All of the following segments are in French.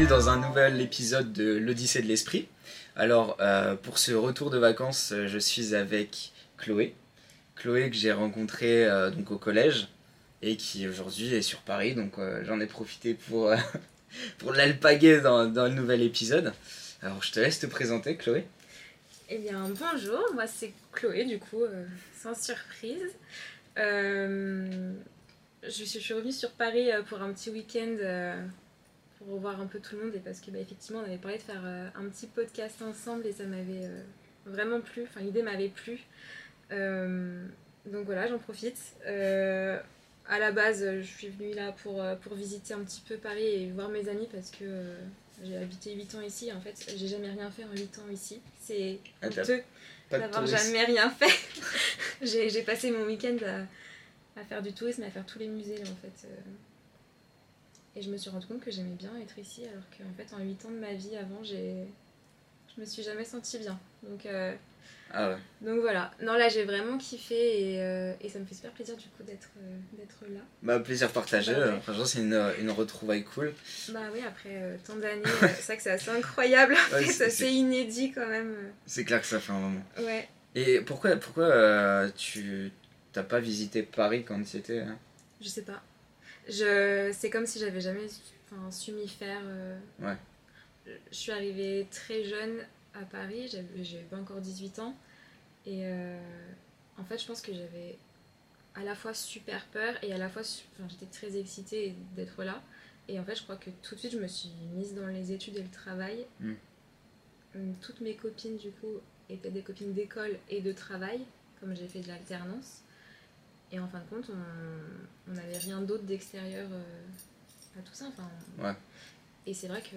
dans un nouvel épisode de l'Odyssée de l'Esprit. Alors, pour ce retour de vacances, je suis avec Chloé. Chloé que j'ai rencontrée donc au collège et qui aujourd'hui est sur Paris. Donc j'en ai profité pour, pour l'alpaguer dans le nouvel épisode. Alors je te laisse te présenter, Chloé. Eh bien bonjour, moi c'est Chloé du coup, sans surprise. Je suis revenue sur Paris pour un petit week-end pour revoir un peu tout le monde et parce que effectivement on avait parlé de faire un petit podcast ensemble et ça m'avait vraiment plu, enfin l'idée m'avait plu. Donc voilà, j'en profite. À la base, je suis venue là pour visiter un petit peu Paris et voir mes amis parce que j'ai habité 8 ans ici. En fait, j'ai jamais rien fait en 8 ans ici. C'est honteux d'avoir jamais rien fait. J'ai passé mon week-end à faire du tourisme, à faire tous les musées là, en fait. Et je me suis rendu compte que j'aimais bien être ici alors qu'en fait, en 8 ans de ma vie avant, je me suis jamais sentie bien. Ah ouais. Donc voilà, non là j'ai vraiment kiffé et ça me fait super plaisir du coup d'être là. Bah plaisir partagé, bah, ouais. Franchement c'est une retrouvaille cool. Bah oui, après tant d'années, c'est vrai que c'est assez incroyable, Ouais, c'est assez inédit quand même. C'est clair que ça fait un moment. Ouais. Et pourquoi tu t'as pas visité Paris quand tu y étais hein? Je sais pas. C'est comme si j'avais jamais su m'y faire. Ouais. Je suis arrivée très jeune à Paris, j'avais pas encore 18 ans et en fait je pense que j'avais à la fois super peur et à la fois j'étais très excitée d'être là et en fait je crois que tout de suite je me suis mise dans les études et le travail. Toutes mes copines du coup étaient des copines d'école et de travail comme j'ai fait de l'alternance et en fin de compte on n'avait rien d'autre d'extérieur à tout ça ouais. Et c'est vrai que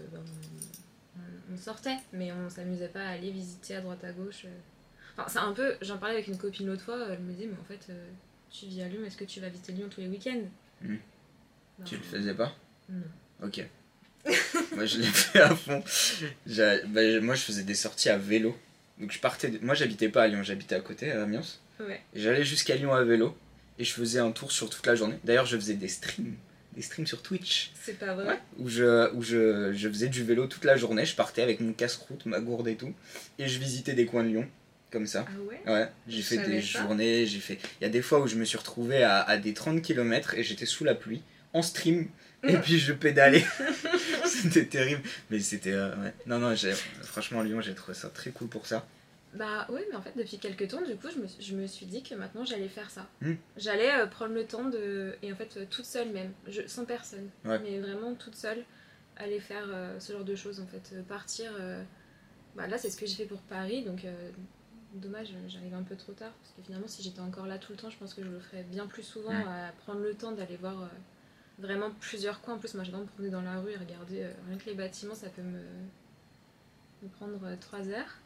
on sortait, mais on s'amusait pas à aller visiter à droite à gauche. Enfin, c'est un peu. J'en parlais avec une copine l'autre fois, elle me disait, mais en fait, tu vis à Lyon, est-ce que tu vas visiter Lyon tous les week-ends Tu le faisais pas? Non. Ok. Moi, je l'ai fait à fond. Moi, je faisais des sorties à vélo. Donc, je partais. Moi, j'habitais pas à Lyon, j'habitais à côté, à Amiens. Ouais. Et j'allais jusqu'à Lyon à vélo. Et je faisais un tour sur toute la journée. D'ailleurs, je faisais des streams sur Twitch. C'est pas vrai? Ouais, où je faisais du vélo toute la journée. Je partais avec mon casse-croûte, ma gourde et tout. Et je visitais des coins de Lyon, comme ça. Ah ouais? Ouais, j'ai fait des journées. Il y a des fois où je me suis retrouvé à des 30 km et j'étais sous la pluie, en stream. Et puis je pédalais. C'était terrible. Mais c'était... ouais. Non, franchement, Lyon, j'ai trouvé ça très cool pour ça. Bah oui, mais en fait, depuis quelques temps, du coup, je me suis dit que maintenant, j'allais faire ça. J'allais prendre le temps et en fait, toute seule même, sans personne, ouais. Mais vraiment toute seule, aller faire ce genre de choses, en fait. Partir... Bah là, c'est ce que j'ai fait pour Paris, donc dommage, j'arrive un peu trop tard, parce que finalement, si j'étais encore là tout le temps, je pense que je le ferais bien plus souvent, à prendre le temps d'aller voir vraiment plusieurs coins. En plus, moi, j'adore me promener dans la rue et regarder rien que les bâtiments, ça peut me prendre 3 heures.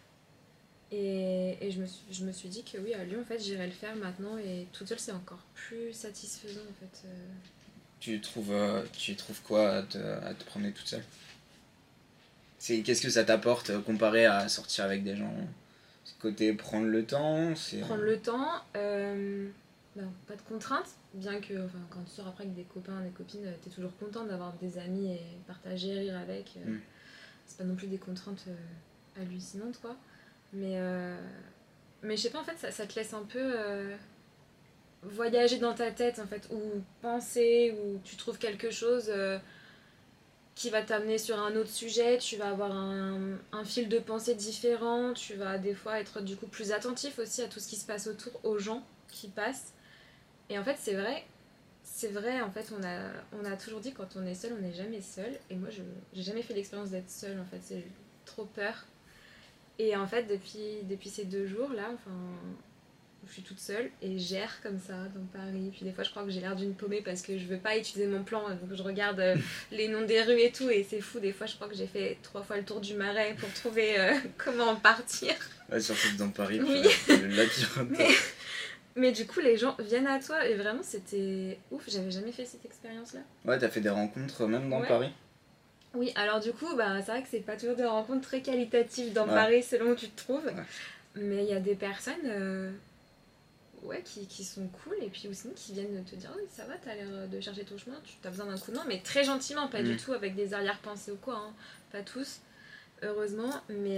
Et je me suis dit que oui, à Lyon, en fait, j'irais le faire maintenant et toute seule, c'est encore plus satisfaisant, en fait. Tu trouves quoi à te promener toute seule? Qu'est-ce que ça t'apporte comparé à sortir avec des gens? C'est côté prendre le temps, Prendre le temps, pas de contraintes, bien que quand tu sors après avec des copains, des copines, t'es toujours content d'avoir des amis et partager, rire avec. C'est pas non plus des contraintes hallucinantes, quoi. Mais je sais pas, en fait, ça te laisse un peu voyager dans ta tête, en fait, ou penser, ou tu trouves quelque chose qui va t'amener sur un autre sujet, tu vas avoir un fil de pensée différent, tu vas des fois être du coup plus attentif aussi à tout ce qui se passe autour, aux gens qui passent. Et en fait, c'est vrai, en fait, on a toujours dit quand on est seul, on n'est jamais seul. Et moi, j'ai jamais fait l'expérience d'être seule, en fait, j'ai trop peur. Et en fait, depuis ces 2 jours là, je suis toute seule et j'erre comme ça dans Paris. Puis des fois, je crois que j'ai l'air d'une paumée parce que je veux pas utiliser mon plan. Donc je regarde les noms des rues et tout. Et c'est fou, des fois, je crois que j'ai fait 3 fois le tour du Marais pour trouver comment partir. Ouais, surtout dans Paris, oui. Le labyrinthe. Mais du coup, les gens viennent à toi et vraiment, c'était ouf. J'avais jamais fait cette expérience-là. Ouais, t'as fait des rencontres même dans Paris? Oui, alors du coup, c'est vrai que c'est pas toujours des rencontres très qualitatives dans Paris selon où tu te trouves. Ouais. Mais il y a des personnes ouais, qui sont cool, et puis ou sinon qui viennent te dire oui, ça va, t'as l'air de chercher ton chemin, tu as besoin d'un coup de main, mais très gentiment, pas du tout avec des arrière-pensées ou quoi, hein. Pas tous, heureusement,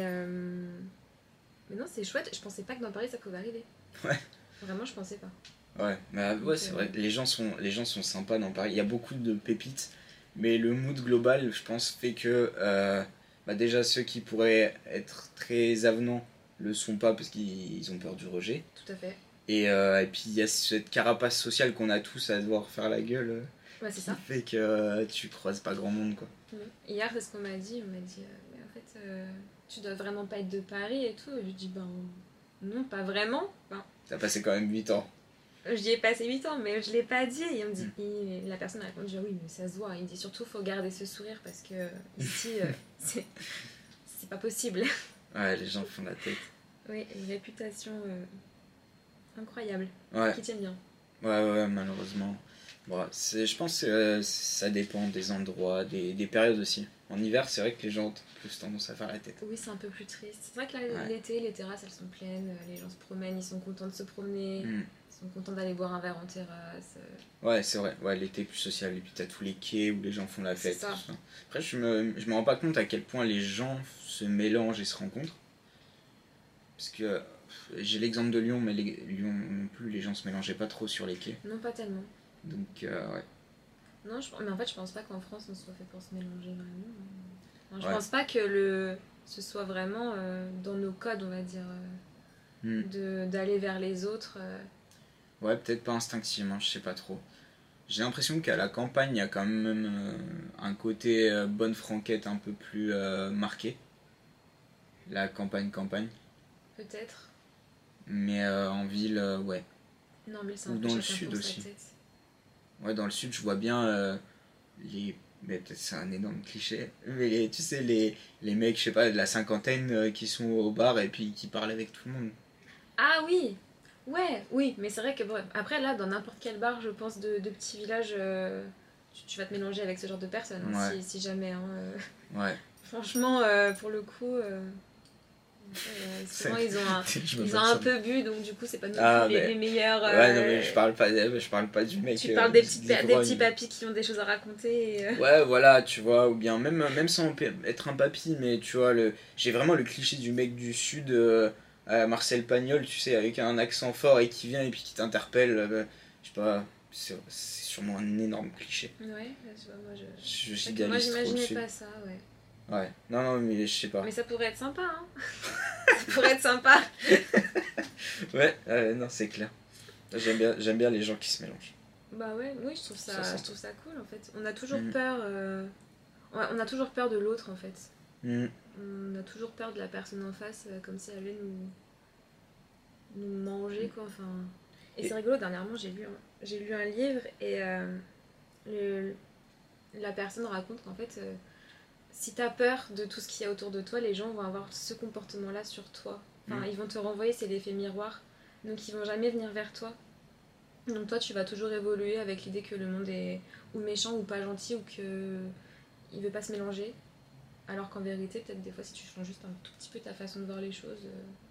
mais non, c'est chouette. Je pensais pas que dans Paris ça pouvait arriver. Ouais. Vraiment, je pensais pas. Ouais, bah, ouais, c'est vrai. Les gens sont sympas dans Paris. Il y a beaucoup de pépites, mais le mood global, je pense, fait que bah déjà ceux qui pourraient être très avenants le sont pas parce qu'ils ont peur du rejet. Tout à fait. Et puis il y a cette carapace sociale qu'on a tous à devoir faire la gueule. Ouais, c'est ça. Qui fait que tu croises pas grand monde, quoi. Hier, c'est ce qu'on m'a dit. On m'a dit, mais en fait, tu dois vraiment pas être de Paris et tout. Et je dis, ben non, pas vraiment. Ben, T'as passé quand même 8 ans. j'y ai passé 8 ans, mais je l'ai pas dit. Et on me dit, la personne a répondu, oui, mais ça se voit. Il me dit surtout, faut garder ce sourire parce que ici, c'est pas possible. Ouais, les gens font la tête. Oui, une réputation incroyable. Ouais. Qui tient bien. Ouais, malheureusement. Bon, je pense que ça dépend des endroits, des périodes aussi. En hiver, c'est vrai que les gens ont plus tendance à faire la tête. Oui, c'est un peu plus triste. C'est vrai que là, l'été, les terrasses, elles sont pleines. Les gens se promènent, ils sont contents de se promener. Ils sont contents d'aller boire un verre en terrasse. Ouais, c'est vrai. Ouais, l'été est plus social. Et puis t'as tous les quais où les gens font la fête. C'est ça. Tout ça. Après, je me rends pas compte à quel point les gens se mélangent et se rencontrent. Parce que j'ai l'exemple de Lyon, mais Lyon non plus, les gens se mélangeaient pas trop sur les quais. Non, pas tellement. Donc, ouais. Non, mais en fait, je pense pas qu'en France, on soit fait pour se mélanger vraiment. Non, je pense pas que ce soit vraiment dans nos codes, on va dire, d'aller vers les autres. Ouais, peut-être pas instinctivement, je sais pas trop. J'ai l'impression qu'à la campagne, il y a quand même un côté bonne franquette un peu plus marqué. La campagne. Peut-être. Mais en ville, ouais. Non, mais c'est ou dans le sud aussi. Ouais, dans le sud, je vois bien mais peut-être c'est un énorme cliché. Mais tu sais, les mecs, je sais pas, de la cinquantaine qui sont au bar et puis qui parlent avec tout le monde. Ah oui! Ouais, oui, mais c'est vrai que bref. Après, là, dans n'importe quel bar, je pense, de petits villages, tu vas te mélanger avec ce genre de personnes, hein, si jamais. Hein, Ouais. Franchement, pour le coup. Souvent ils ont un peu bu, donc du coup c'est pas non plus les meilleurs. Ouais, non, mais je parle pas du mec. Tu parles des petits papis qui ont des choses à raconter. Ouais, voilà, tu vois, ou bien même sans être un papy, mais tu vois, j'ai vraiment le cliché du mec du sud, Marcel Pagnol, tu sais, avec un accent fort et qui vient et puis qui t'interpelle. Je sais pas, c'est sûrement un énorme cliché. Ouais, tu vois, moi j'imaginais pas ça, ouais. Ouais, non, mais je sais pas. Mais ça pourrait être sympa, hein. Ça pourrait être sympa. Ouais, non, c'est clair. J'aime bien les gens qui se mélangent. Bah ouais, oui, je trouve ça cool en fait. On a toujours peur. On a toujours peur de l'autre en fait. On a toujours peur de la personne en face, comme si elle allait nous manger quoi. Enfin. Et c'est rigolo, dernièrement j'ai lu un livre et la personne raconte qu'en fait. Si t'as peur de tout ce qu'il y a autour de toi, les gens vont avoir ce comportement-là sur toi. Enfin, ils vont te renvoyer, c'est l'effet miroir. Donc ils vont jamais venir vers toi. Donc toi, tu vas toujours évoluer avec l'idée que le monde est ou méchant ou pas gentil ou que il veut pas se mélanger. Alors qu'en vérité, peut-être des fois, si tu changes juste un tout petit peu ta façon de voir les choses,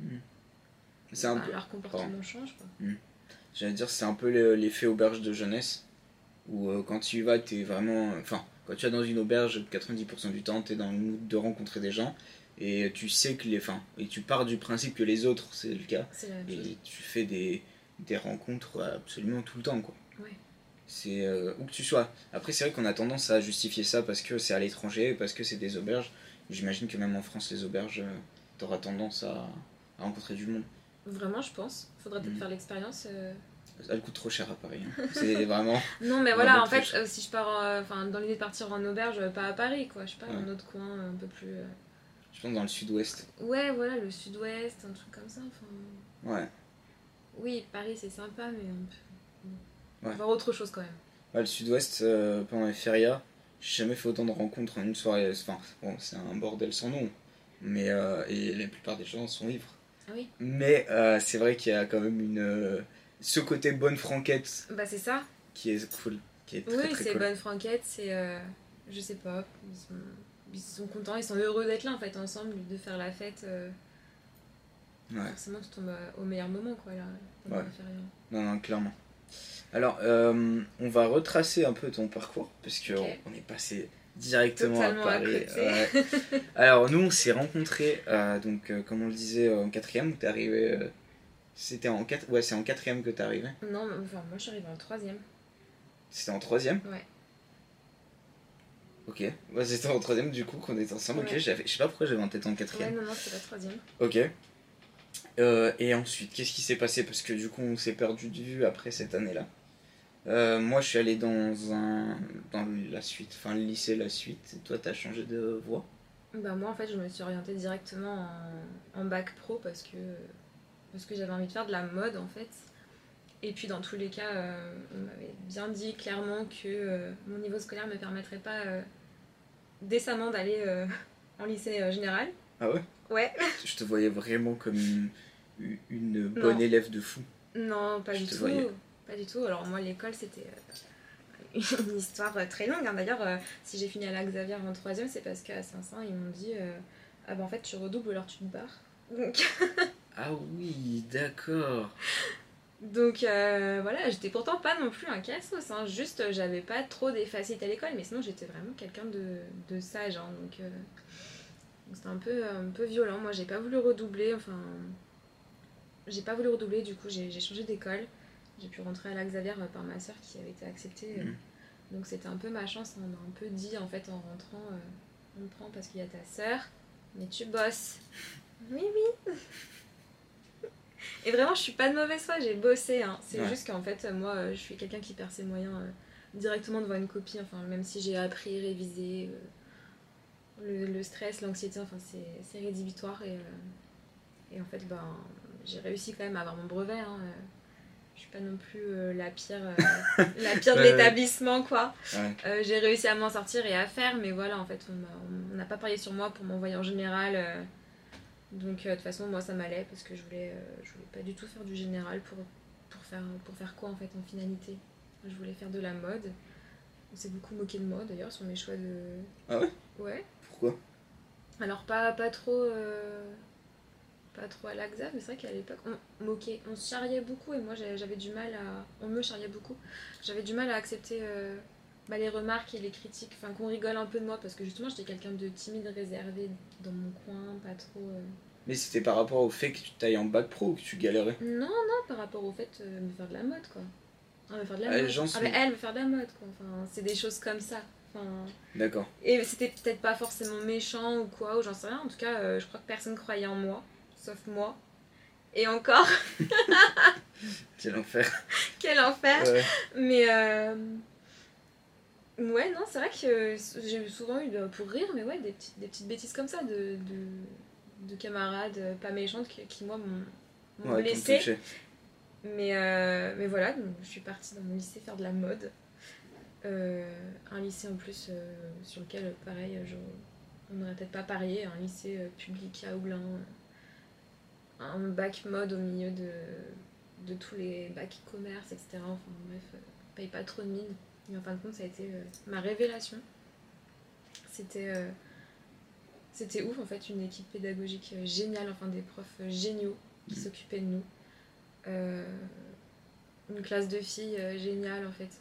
leur comportement change, quoi. J'allais dire, c'est un peu l'effet auberge de jeunesse. Où quand tu y vas, t'es vraiment... Enfin, quand tu vas dans une auberge, 90% du temps, t'es dans le mood de rencontrer des gens. Et tu sais que et tu pars du principe que les autres, c'est le cas. C'est la même chose. Et tu fais des rencontres absolument tout le temps, quoi. Ouais. C'est où que tu sois. Après, c'est vrai qu'on a tendance à justifier ça parce que c'est à l'étranger, parce que c'est des auberges. J'imagine que même en France, les auberges, t'auras tendance à rencontrer du monde. Vraiment, je pense. Faudrait peut-être faire l'expérience. Elle coûte trop cher à Paris. Hein. C'est vraiment. Non, mais voilà, en fait, si je pars dans l'idée de partir en auberge, pas à Paris, quoi. Je sais pas, dans un autre coin un peu plus. Je pense dans le sud-ouest. Ouais, voilà, le sud-ouest, un truc comme ça. Ouais. Oui, Paris c'est sympa, mais on peut voir autre chose quand même. Ouais, le sud-ouest, pendant les férias, j'ai jamais fait autant de rencontres en une soirée. Enfin, bon, c'est un bordel sans nom. Mais, et la plupart des gens sont ivres. Ah oui. Mais c'est vrai qu'il y a quand même ce côté bonne franquette. Bah, c'est ça. Qui est cool. Qui est très, oui, très c'est cool. bonne franquette, c'est. Je sais pas. Ils sont contents, ils sont heureux d'être là en fait, ensemble, de faire la fête. Ouais. forcément tu tombes au meilleur moment, quoi, là, pendant l'inférieur. Non, clairement. Alors, on va retracer un peu ton parcours, parce qu'on Ok. on est passé directement Totalement à à Paris. côté. Alors, nous, on s'est rencontrés, comme on le disait, en quatrième, où t'es arrivé. C'était en ouais, c'est en quatrième que t'es arrivé. Non, enfin, moi je suis arrivée en troisième. C'était en troisième. Ouais. Ok. Bah, c'était en troisième, du coup, qu'on était ensemble. Ok, Ouais. je sais pas pourquoi j'avais en tête en Ouais, quatrième. non, c'était la troisième. Ok. Et ensuite, qu'est-ce qui s'est passé? Parce que du coup, on s'est perdu de vue après cette année-là. Moi, je suis allé dans la suite, enfin le lycée la suite. Et toi, t'as changé de voie? Bah moi en fait je me suis orientée directement en bac pro parce que j'avais envie de faire de la mode en fait. Et puis dans tous les cas, on m'avait bien dit clairement que mon niveau scolaire ne me permettrait pas décemment d'aller en lycée général. Ah ouais? Ouais. Je te voyais vraiment comme une bonne Non. élève de fou. Non, pas Je du te tout. voyais. Pas du tout. Alors moi l'école c'était une histoire très longue, hein. D'ailleurs, si j'ai fini à la Xavier en troisième, c'est parce qu'à Saint-Saëns, ils m'ont dit ah bah en fait tu redoubles ou alors tu te barres. Ah oui, d'accord. Donc voilà, j'étais pourtant pas non plus un cassos, hein. Juste j'avais pas trop des facilités à l'école, mais sinon j'étais vraiment quelqu'un de sage, hein. Donc c'était un peu violent. Moi j'ai pas voulu redoubler, enfin j'ai pas voulu redoubler, du coup j'ai changé d'école. J'ai pu rentrer à la Xavier par ma soeur qui avait été acceptée. Donc c'était un peu ma chance, on m'a un peu dit en fait en rentrant on me prend parce qu'il y a ta soeur, mais tu bosses. Oui, oui. Et vraiment, je suis pas de mauvaise foi, j'ai bossé, hein. C'est juste qu'en fait, moi, je suis quelqu'un qui perd ses moyens directement devant une copie, enfin, même si j'ai appris, révisé, le stress, l'anxiété, enfin, c'est rédhibitoire. Et en fait, ben, j'ai réussi quand même à avoir mon brevet, hein. Je suis pas non plus la pire de l'établissement, quoi. Ouais. J'ai réussi à m'en sortir et à faire, mais voilà, en fait, on n'a pas parié sur moi pour m'envoyer en général. Donc de toute façon moi ça m'allait parce que je voulais pas du tout faire du général pour faire quoi en fait en finalité. Je voulais faire de la mode. On s'est beaucoup moqué de moi d'ailleurs sur mes choix de... Ah ouais? Ouais. Pourquoi? Alors pas trop à l'Axa, mais c'est vrai qu'à l'époque on se charriait beaucoup et moi j'avais du mal à... On me charriait beaucoup. J'avais du mal à accepter les remarques et les critiques, enfin qu'on rigole un peu de moi parce que justement j'étais quelqu'un de timide, réservé dans mon coin, pas trop... Mais c'était par rapport au fait que tu t'ailles en bac pro ou que tu galérais? Non, par rapport au fait de me faire de la mode, quoi. Me faire de la Ah, les mode. gens Ah, sont... mais elle me faire de la mode, quoi. Enfin, c'est des choses comme ça. Enfin... D'accord. Et c'était peut-être pas forcément méchant ou quoi, ou j'en sais rien. En tout cas, je crois que personne croyait en moi, sauf moi. Et encore, Quel enfer. quel enfer. Ouais. Mais ouais, non, c'est vrai que j'ai souvent eu, pour rire, mais ouais, des petites bêtises comme ça de camarades pas méchantes qui moi, m'ont Ouais, blessée. touché. Mais voilà, donc je suis partie dans mon lycée faire de la mode. Un lycée en plus sur lequel, pareil, on n'aurait peut-être pas parié. Un lycée public à Oublin. Un bac mode au milieu de tous les bacs e-commerce, etc. Enfin bref, paye pas trop de mine. Et en fin de compte, ça a été ma révélation. C'était ouf en fait, une équipe pédagogique géniale, enfin des profs géniaux qui s'occupaient de nous. Une classe de filles géniale en fait.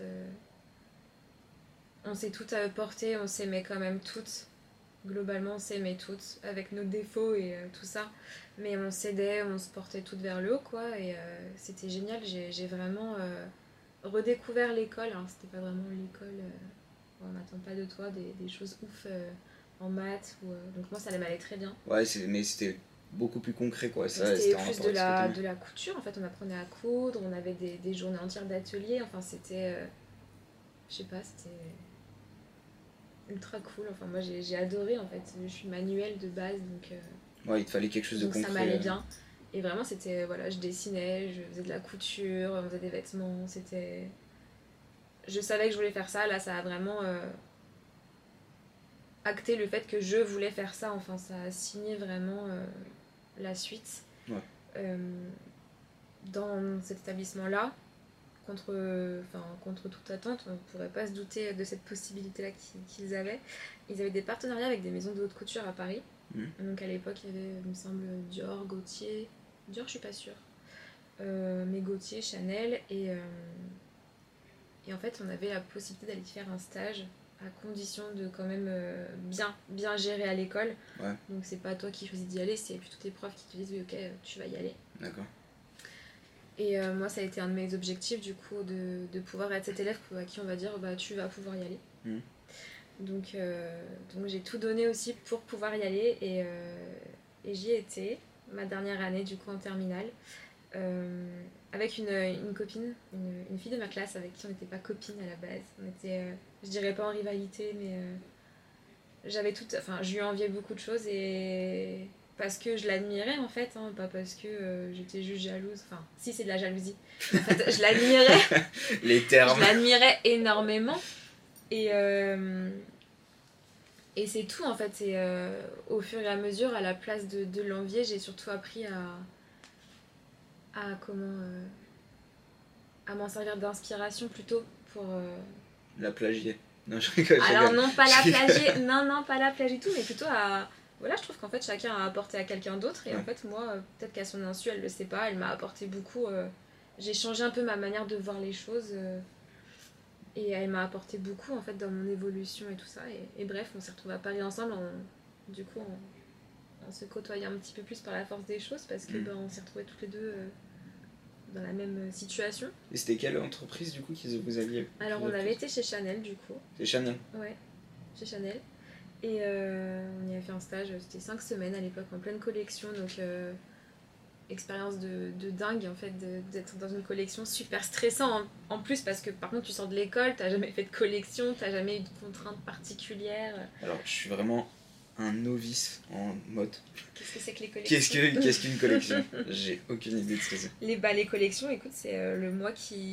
On s'est toutes portées, on s'aimait quand même toutes. Globalement, on s'aimait toutes, avec nos défauts et tout ça. Mais on s'aidait, on se portait toutes vers le haut, quoi. Et c'était génial. J'ai vraiment redécouvert l'école. Alors, c'était pas vraiment l'école. On n'attend pas de toi des choses ouf en maths. Donc, moi, ça m'allait très bien. Ouais, mais c'était beaucoup plus concret, quoi. C'était plus de la couture. En fait, on apprenait à coudre. On avait des journées entières d'atelier. Enfin, c'était... je sais pas, c'était ultra cool. Enfin, moi, j'ai adoré, en fait. Je suis manuelle de base, donc... Ouais, il te fallait quelque chose de concret. Donc ça m'allait bien. Et vraiment, c'était... Voilà, je dessinais, je faisais de la couture, on faisait des vêtements. C'était... Je savais que je voulais faire ça. Là, ça a vraiment acté le fait que je voulais faire ça. Enfin, ça a signé vraiment la suite. Ouais. Dans cet établissement-là, contre toute attente, on ne pourrait pas se douter de cette possibilité-là qu'ils avaient. Ils avaient des partenariats avec des maisons de haute couture à Paris. Donc à l'époque, il y avait, il me semble, Dior, Gaultier, Dior, je suis pas sûre. Mais Gaultier, Chanel, et en fait, on avait la possibilité d'aller faire un stage à condition de quand même bien gérer à l'école. Ouais. Donc c'est pas toi qui choisis d'y aller, c'est plutôt tes profs qui te disent oui, ok, tu vas y aller. D'accord. Et moi, ça a été un de mes objectifs, du coup, de pouvoir être cet élève à qui on va dire bah, tu vas pouvoir y aller. Donc j'ai tout donné aussi pour pouvoir y aller, et j'y ai été, ma dernière année, du coup, en terminale. Avec une copine, une fille de ma classe avec qui on n'était pas copines à la base. On était, je dirais pas en rivalité, mais je lui enviais beaucoup de choses, et parce que je l'admirais en fait, hein, pas parce que j'étais juste jalouse. Enfin, si, c'est de la jalousie. En fait, je l'admirais. Les termes. Je l'admirais énormément, et c'est tout en fait. Et au fur et à mesure, à la place de l'envier, j'ai surtout appris à m'en servir d'inspiration plutôt pour La plagier. Non, je rigole. alors non, pas la plagier, non, pas la plagier du tout, mais plutôt à voilà, je trouve qu'en fait chacun a apporté à quelqu'un d'autre, et en fait moi peut-être qu'à son insu elle le sait pas, elle m'a apporté beaucoup, j'ai changé un peu ma manière de voir les choses, et elle m'a apporté beaucoup en fait dans mon évolution et tout ça, et bref, on s'est retrouvés à Paris ensemble, du coup on se côtoyait un petit peu plus par la force des choses, parce que on s'est retrouvés toutes les deux dans la même situation. Et c'était quelle entreprise du coup que vous aviez? Alors on avait été chez Chanel du coup. C'est Chanel? Ouais, chez Chanel. Et on y a fait un stage, c'était 5 semaines à l'époque, en pleine collection, donc expérience de dingue en fait, d'être dans une collection, super stressant en plus, parce que par contre tu sors de l'école, t'as jamais fait de collection, t'as jamais eu de contraintes particulières. Alors je suis vraiment un novice en mode. Qu'est-ce que c'est que les collections? Qu'est-ce qu'une collection? J'ai aucune idée de ce que c'est. Les collections, écoute, c'est le mois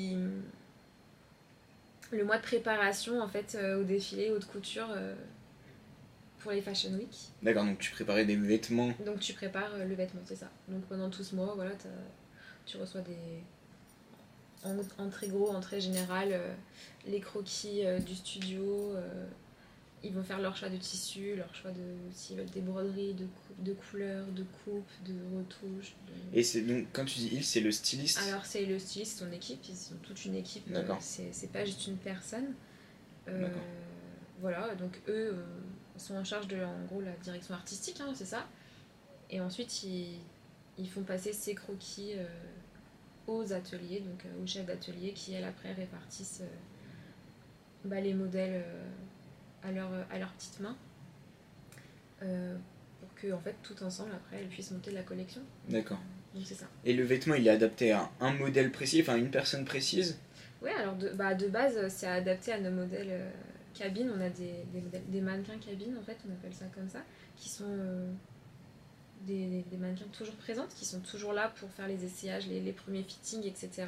de préparation en fait au défilé, haute couture, pour les Fashion Week. D'accord, donc tu préparais des vêtements. Donc tu prépares le vêtement, c'est ça. Donc pendant tout ce mois, voilà, tu reçois en très gros, en très général, les croquis du studio. Ils vont faire leur choix de tissu, leur choix s'ils veulent des broderies, de couleurs, de coupes, de retouches. Et c'est donc, quand tu dis il, c'est le styliste? Alors c'est le styliste, son équipe, ils sont toute une équipe. D'accord. C'est pas juste une personne. Voilà, donc eux sont en charge de, en gros, la direction artistique, hein, c'est ça. Et ensuite, ils font passer ces croquis aux ateliers, donc aux chefs d'atelier, qui, elles, après, répartissent les modèles à leurs petites mains, pour que, en fait, tout ensemble, après, elles puissent monter de la collection. D'accord. Donc c'est ça. Et le vêtement, il est adapté à un modèle précis, enfin une personne précise? Ouais, alors de base, c'est adapté à nos modèles cabines. On a des mannequins cabines, en fait, on appelle ça comme ça, qui sont des mannequins toujours présentes, qui sont toujours là pour faire les essayages, les premiers fittings, etc.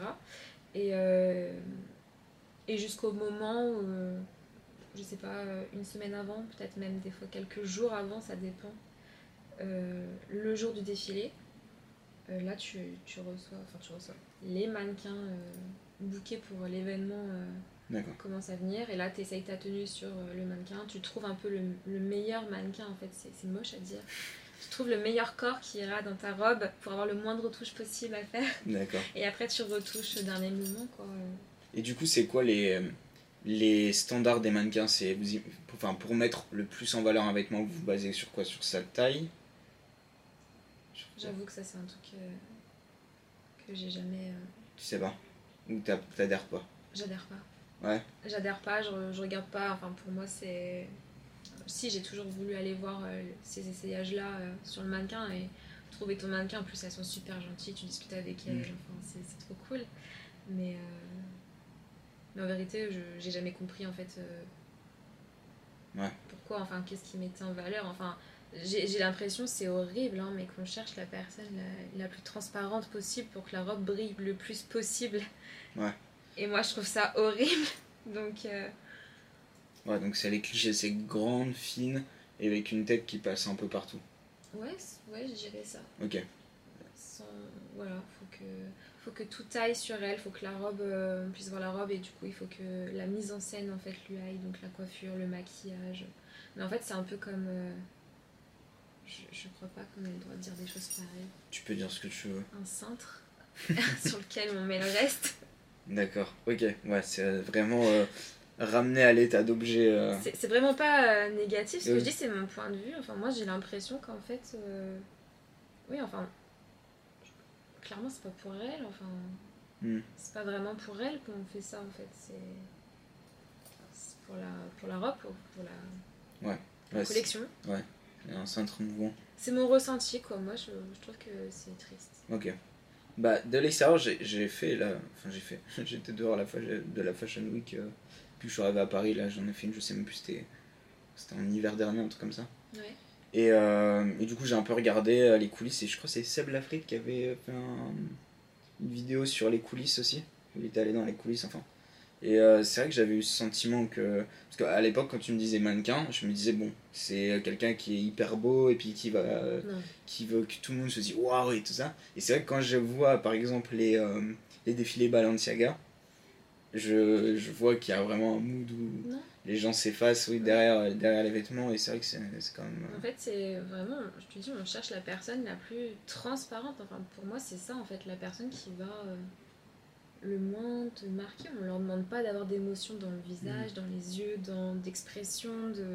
Et jusqu'au moment où, je sais pas, une semaine avant, peut-être même des fois quelques jours avant, ça dépend, le jour du défilé, là tu reçois les mannequins bookés pour l'événement commence à venir, et là tu essayes ta tenue sur le mannequin, tu trouves un peu le meilleur mannequin, en fait, c'est moche à dire. Tu trouves le meilleur corps qui ira dans ta robe pour avoir le moindre retouche possible à faire. D'accord. Et après tu retouches le dernier mouvement, quoi. Et du coup, c'est quoi les standards des mannequins? Pour mettre le plus en valeur un vêtement, vous vous basez sur quoi? Sur sa taille? J'avoue que ça, c'est un truc que j'ai jamais... Tu sais pas? Ou t'adhères pas? J'adhère pas. Ouais. J'adhère pas, je regarde pas. Enfin, pour moi, c'est... Si, j'ai toujours voulu aller voir ces essayages-là sur le mannequin, et trouver ton mannequin. En plus, elles sont super gentilles, tu discutes avec elles. Enfin, c'est trop cool. Mais en vérité, j'ai jamais compris, en fait, pourquoi, enfin, qu'est-ce qui mettait en valeur. Enfin, j'ai l'impression, c'est horrible, hein, mais qu'on cherche la personne la plus transparente possible pour que la robe brille le plus possible. Ouais. Et moi, je trouve ça horrible. Donc... Ouais, donc c'est les clichés, c'est grande, fine, et avec une tête qui passe un peu partout. Ouais, je dirais ça. Ok. Voilà, faut que tout aille sur elle, faut que la robe, on puisse voir la robe, et du coup il faut que la mise en scène, en fait, lui aille, donc la coiffure, le maquillage. Mais en fait c'est un peu comme Je crois pas qu'on ait le droit de dire des choses pareilles. Tu peux dire ce que tu veux. Un cintre sur lequel on met le reste. D'accord, ok, ouais, c'est vraiment ramené à l'état d'objet. C'est vraiment pas négatif, ce que je dis c'est mon point de vue. Enfin, moi j'ai l'impression qu'en fait. Oui, enfin. Clairement, c'est pas pour elle, enfin. C'est pas vraiment pour elle qu'on fait ça en fait. C'est pour la robe, pour la collection. Ouais, un cintre mouvant. C'est mon ressenti quoi, moi je trouve que c'est triste. Ok. Bah, de l'extérieur, j'ai fait là. Enfin, j'étais dehors à de la Fashion Week. Puis je suis arrivé à Paris, là, j'en ai fait une, je sais même plus, c'était en hiver dernier, un truc comme ça. Ouais. Et du coup, j'ai un peu regardé les coulisses, et je crois que c'est Seb Lafrite qui avait fait une vidéo sur les coulisses aussi. Il était allé dans les coulisses, enfin. Et c'est vrai que j'avais eu ce sentiment que. Parce qu'à l'époque, quand tu me disais mannequin, je me disais, bon, c'est quelqu'un qui est hyper beau et puis qui veut que tout le monde se dise waouh et tout ça. Et c'est vrai que quand je vois, par exemple, les défilés Balenciaga, je vois qu'il y a vraiment un mood où les gens s'effacent derrière les vêtements, et c'est vrai que c'est quand même. En fait, c'est vraiment, je te dis, on cherche la personne la plus transparente. Enfin, pour moi, c'est ça en fait, la personne qui va. Le moins te marquer, on leur demande pas d'avoir d'émotions dans le visage, dans les yeux, d'expression,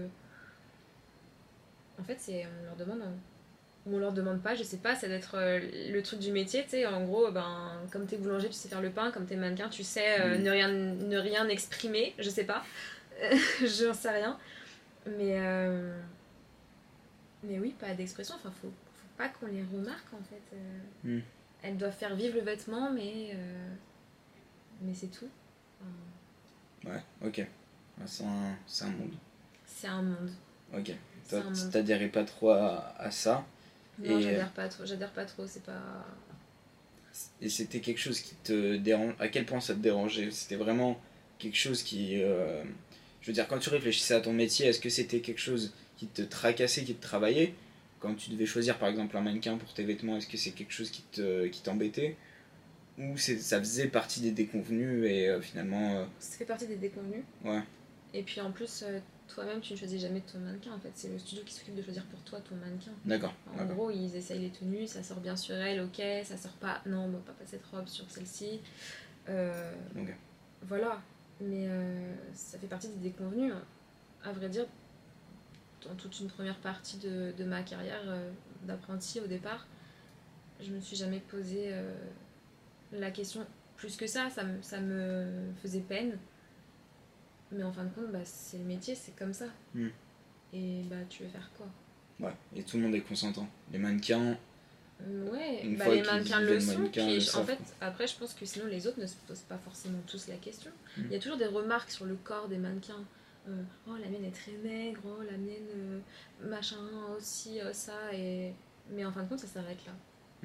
En fait, on leur demande pas, je sais pas, ça doit être le truc du métier, tu sais, en gros, comme t'es boulanger, tu sais faire le pain, comme t'es mannequin, tu sais ne rien exprimer, je sais pas, j'en sais rien, mais oui, pas d'expression, enfin, faut pas qu'on les remarque, en fait. Elles doivent faire vivre le vêtement, mais c'est tout. Ouais, ok. C'est un monde. C'est un monde. Ok. Toi, t'adhérais pas trop à ça. Non, j'adhère pas trop, c'est pas. Et c'était quelque chose qui te dérange. À quel point ça te dérangeait? C'était vraiment quelque chose qui. Je veux dire, quand tu réfléchissais à ton métier, est-ce que c'était quelque chose qui te tracassait, qui te travaillait? Quand tu devais choisir par exemple un mannequin pour tes vêtements, est-ce que c'est quelque chose qui t'embêtait? Ou ça faisait partie des déconvenus et finalement. Ça fait partie des déconvenus. Ouais. Et puis en plus, toi-même, tu ne choisis jamais ton mannequin en fait. C'est le studio qui s'occupe de choisir pour toi ton mannequin. D'accord. En gros, ils essayent les tenues, ça sort bien sur elle, ok, ça sort pas. Non, on va pas cette robe sur celle-ci. Ok. Voilà. Mais ça fait partie des déconvenus. À vrai dire, dans toute une première partie de ma carrière d'apprenti au départ, je me suis jamais posé la question plus que ça me faisait peine. Mais en fin de compte, c'est le métier, c'est comme ça. Et tu veux faire quoi? Ouais, et tout le monde est consentant. Les mannequins. Ouais, les mannequins le sont. Puis, en fait, après, je pense que sinon les autres ne se posent pas forcément tous la question. Il y a toujours des remarques sur le corps des mannequins. Oh, la mienne est très maigre, oh, la mienne, machin, aussi, ça. Mais en fin de compte, ça s'arrête là.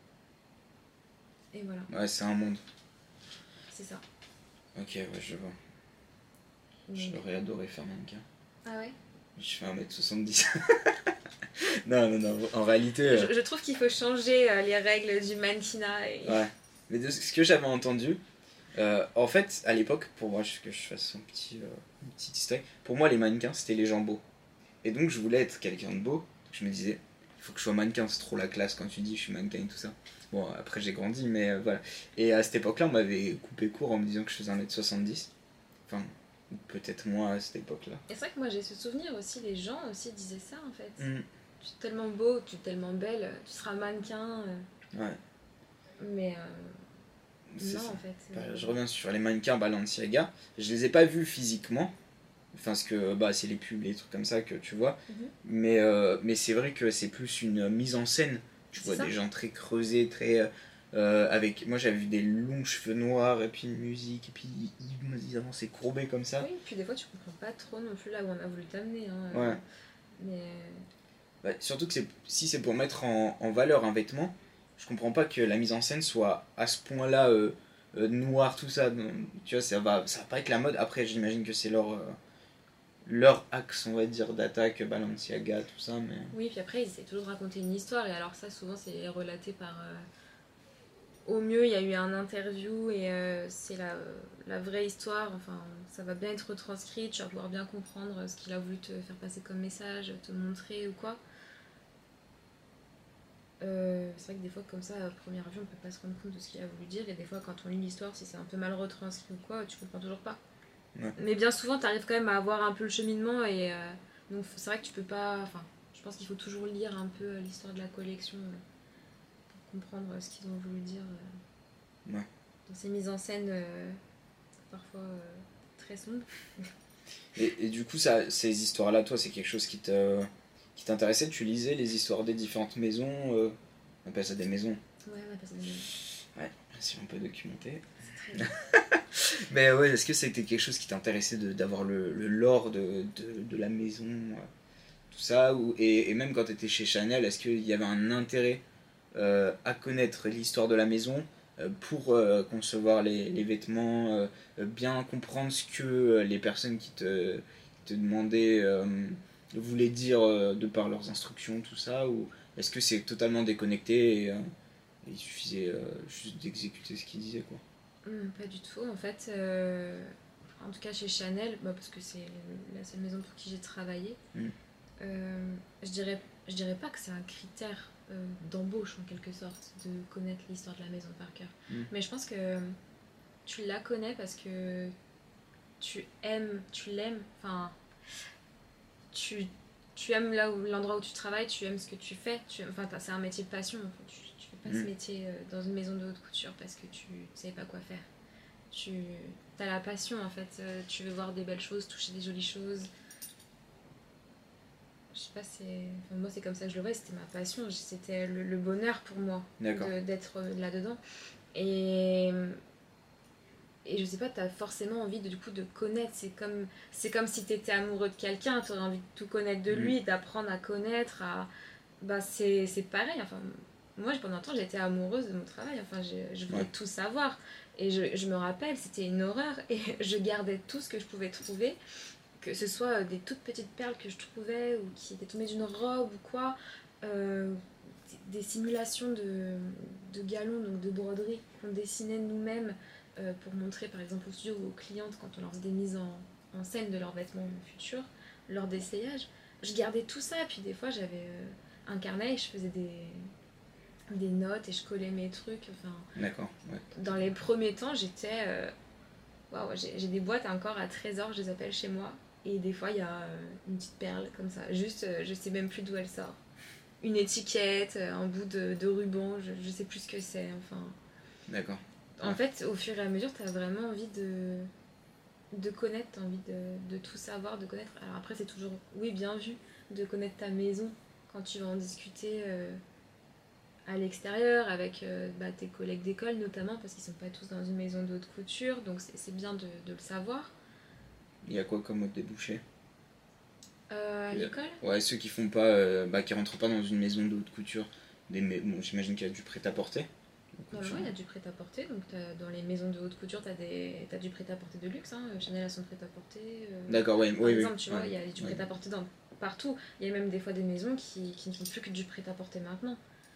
Et voilà. Ouais, c'est un monde. C'est ça. Ok, ouais, je vois. J'aurais adoré faire mannequin. Ah ouais? Je fais 1m70. non, en réalité. Je trouve qu'il faut changer les règles du mannequinat. Ouais. Mais de ce que j'avais entendu, en fait, à l'époque, pour moi, que je fasse une petite histoire, pour moi, les mannequins, c'était les gens beaux. Et donc, je voulais être quelqu'un de beau. Je me disais, il faut que je sois mannequin, c'est trop la classe quand tu dis je suis mannequin et tout ça. Bon, après, j'ai grandi, mais voilà. Et à cette époque-là, on m'avait coupé court en me disant que je faisais 1m70. Enfin, peut-être moins à cette époque-là. Et c'est vrai que moi, j'ai ce souvenir aussi, les gens aussi disaient ça en fait. Tu es tellement beau, tu es tellement belle, tu seras mannequin. Ouais. Mais non, ça. En fait. Je reviens sur les mannequins Balenciaga. Je les ai pas vus physiquement. Enfin, parce que c'est les pubs, les trucs comme ça que tu vois. Mais c'est vrai que c'est plus une mise en scène. Tu vois des gens très creusés, très. Moi j'avais vu des longs cheveux noirs, et puis une musique, et puis ils avançaient courbés comme ça. Oui, puis des fois tu comprends pas trop non plus là où on a voulu t'amener. Ouais. Mais. Surtout que si c'est pour mettre en valeur un vêtement, je comprends pas que la mise en scène soit à ce point-là noir, tout ça. Tu vois, ça va pas être la mode. Après, j'imagine que c'est leur axe, on va dire, d'attaque, Balenciaga, tout ça. Mais. Oui, puis après, ils essaient toujours de raconter une histoire, et alors ça, souvent, c'est relaté par. Au mieux, il y a eu un interview, et c'est la vraie histoire. Enfin, ça va bien être retranscrit, tu vas pouvoir bien comprendre ce qu'il a voulu te faire passer comme message, te montrer ou quoi. C'est vrai que des fois, comme ça, à première vue, on peut pas se rendre compte de ce qu'il a voulu dire. Et des fois, quand on lit l'histoire, si c'est un peu mal retranscrit ou quoi, tu comprends toujours pas. Ouais. Mais bien souvent, tu arrives quand même à avoir un peu le cheminement. Et donc, c'est vrai que tu peux pas. Enfin, je pense qu'il faut toujours lire un peu l'histoire de la collection pour comprendre ce qu'ils ont voulu dire Ouais. dans ces mises en scène parfois très sombres. Et du coup, ça, ces histoires-là, toi, c'est quelque chose qui t'intéressait? Tu lisais les histoires des différentes maisons on appelle ça des maisons. Ouais, on appelle ça des maisons. Ouais, si on peut documenter. C'est très bien. Mais ouais, est-ce que c'était quelque chose qui t'intéressait d'avoir le lore de la maison, tout ça et même quand tu étais chez Chanel, est-ce qu'il y avait un intérêt à connaître l'histoire de la maison pour concevoir les vêtements, bien comprendre ce que les personnes qui te demandaient voulaient dire de par leurs instructions, tout ça, ou est-ce que c'est totalement déconnecté et il suffisait juste d'exécuter ce qu'ils disaient, quoi. Pas du tout, en fait. En tout cas, chez Chanel, parce que c'est la seule maison pour qui j'ai travaillé, Mm. je dirais pas que c'est un critère d'embauche en quelque sorte de connaître l'histoire de la maison par cœur. Mais je pense que tu la connais parce que tu l'aimes, enfin, tu aimes l'endroit où tu travailles, tu aimes ce que tu fais, enfin, c'est un métier de passion. Tu fais pas ce métier dans une maison de haute couture parce que tu sais pas quoi faire. Tu as la passion en fait, tu veux voir des belles choses, toucher des jolies choses. Je sais pas, moi c'est comme ça que je le vois, c'était ma passion, c'était le bonheur pour moi d'être là-dedans. Et, et je sais pas, t'as forcément envie du coup de connaître, c'est comme si t'étais amoureux de quelqu'un, t'aurais envie de tout connaître de lui, d'apprendre à connaître, c'est pareil, enfin, moi pendant un temps j'étais amoureuse de mon travail, enfin, je voulais tout savoir. Et je me rappelle, c'était une horreur, et je gardais tout ce que je pouvais trouver, que ce soit des toutes petites perles que je trouvais ou qui étaient tombées d'une robe ou quoi, des simulations de galons, donc de broderie qu'on dessinait nous-mêmes pour montrer par exemple aux studios ou aux clientes quand on leur faisait des mises en scène de leurs vêtements futurs, lors d'essayage. Je gardais tout ça, puis des fois j'avais un carnet et je faisais des notes et je collais mes trucs. Enfin, D'accord, ouais. Dans les premiers temps, j'étais. Waouh, j'ai des boîtes encore à trésors, je les appelle chez moi. Et des fois, il y a une petite perle comme ça. Juste, je sais même plus d'où elle sort. Une étiquette, un bout de ruban, je sais plus ce que c'est. Enfin. D'accord. En fait, au fur et à mesure, tu as vraiment envie de connaître, tu as envie de tout savoir, de connaître. Alors après, c'est toujours, oui, bien vu, de connaître ta maison quand tu vas en discuter à l'extérieur avec tes collègues d'école notamment, parce qu'ils sont pas tous dans une maison de haute couture, donc c'est bien de le savoir. Il y a quoi comme autre débouché À l'école Ouais, ceux qui font pas, qui rentrent pas dans une maison de haute couture. Bon, j'imagine qu'il y a du prêt-à-porter. Oui, il y a du prêt-à-porter. Donc dans les maisons de haute couture, t'as du prêt-à-porter de luxe. Hein. Chanel a son prêt-à-porter. D'accord, ouais, par exemple, oui. tu vois, il y a du prêt-à-porter partout. Il y a même des fois des maisons qui ne font plus que du prêt-à-porter maintenant.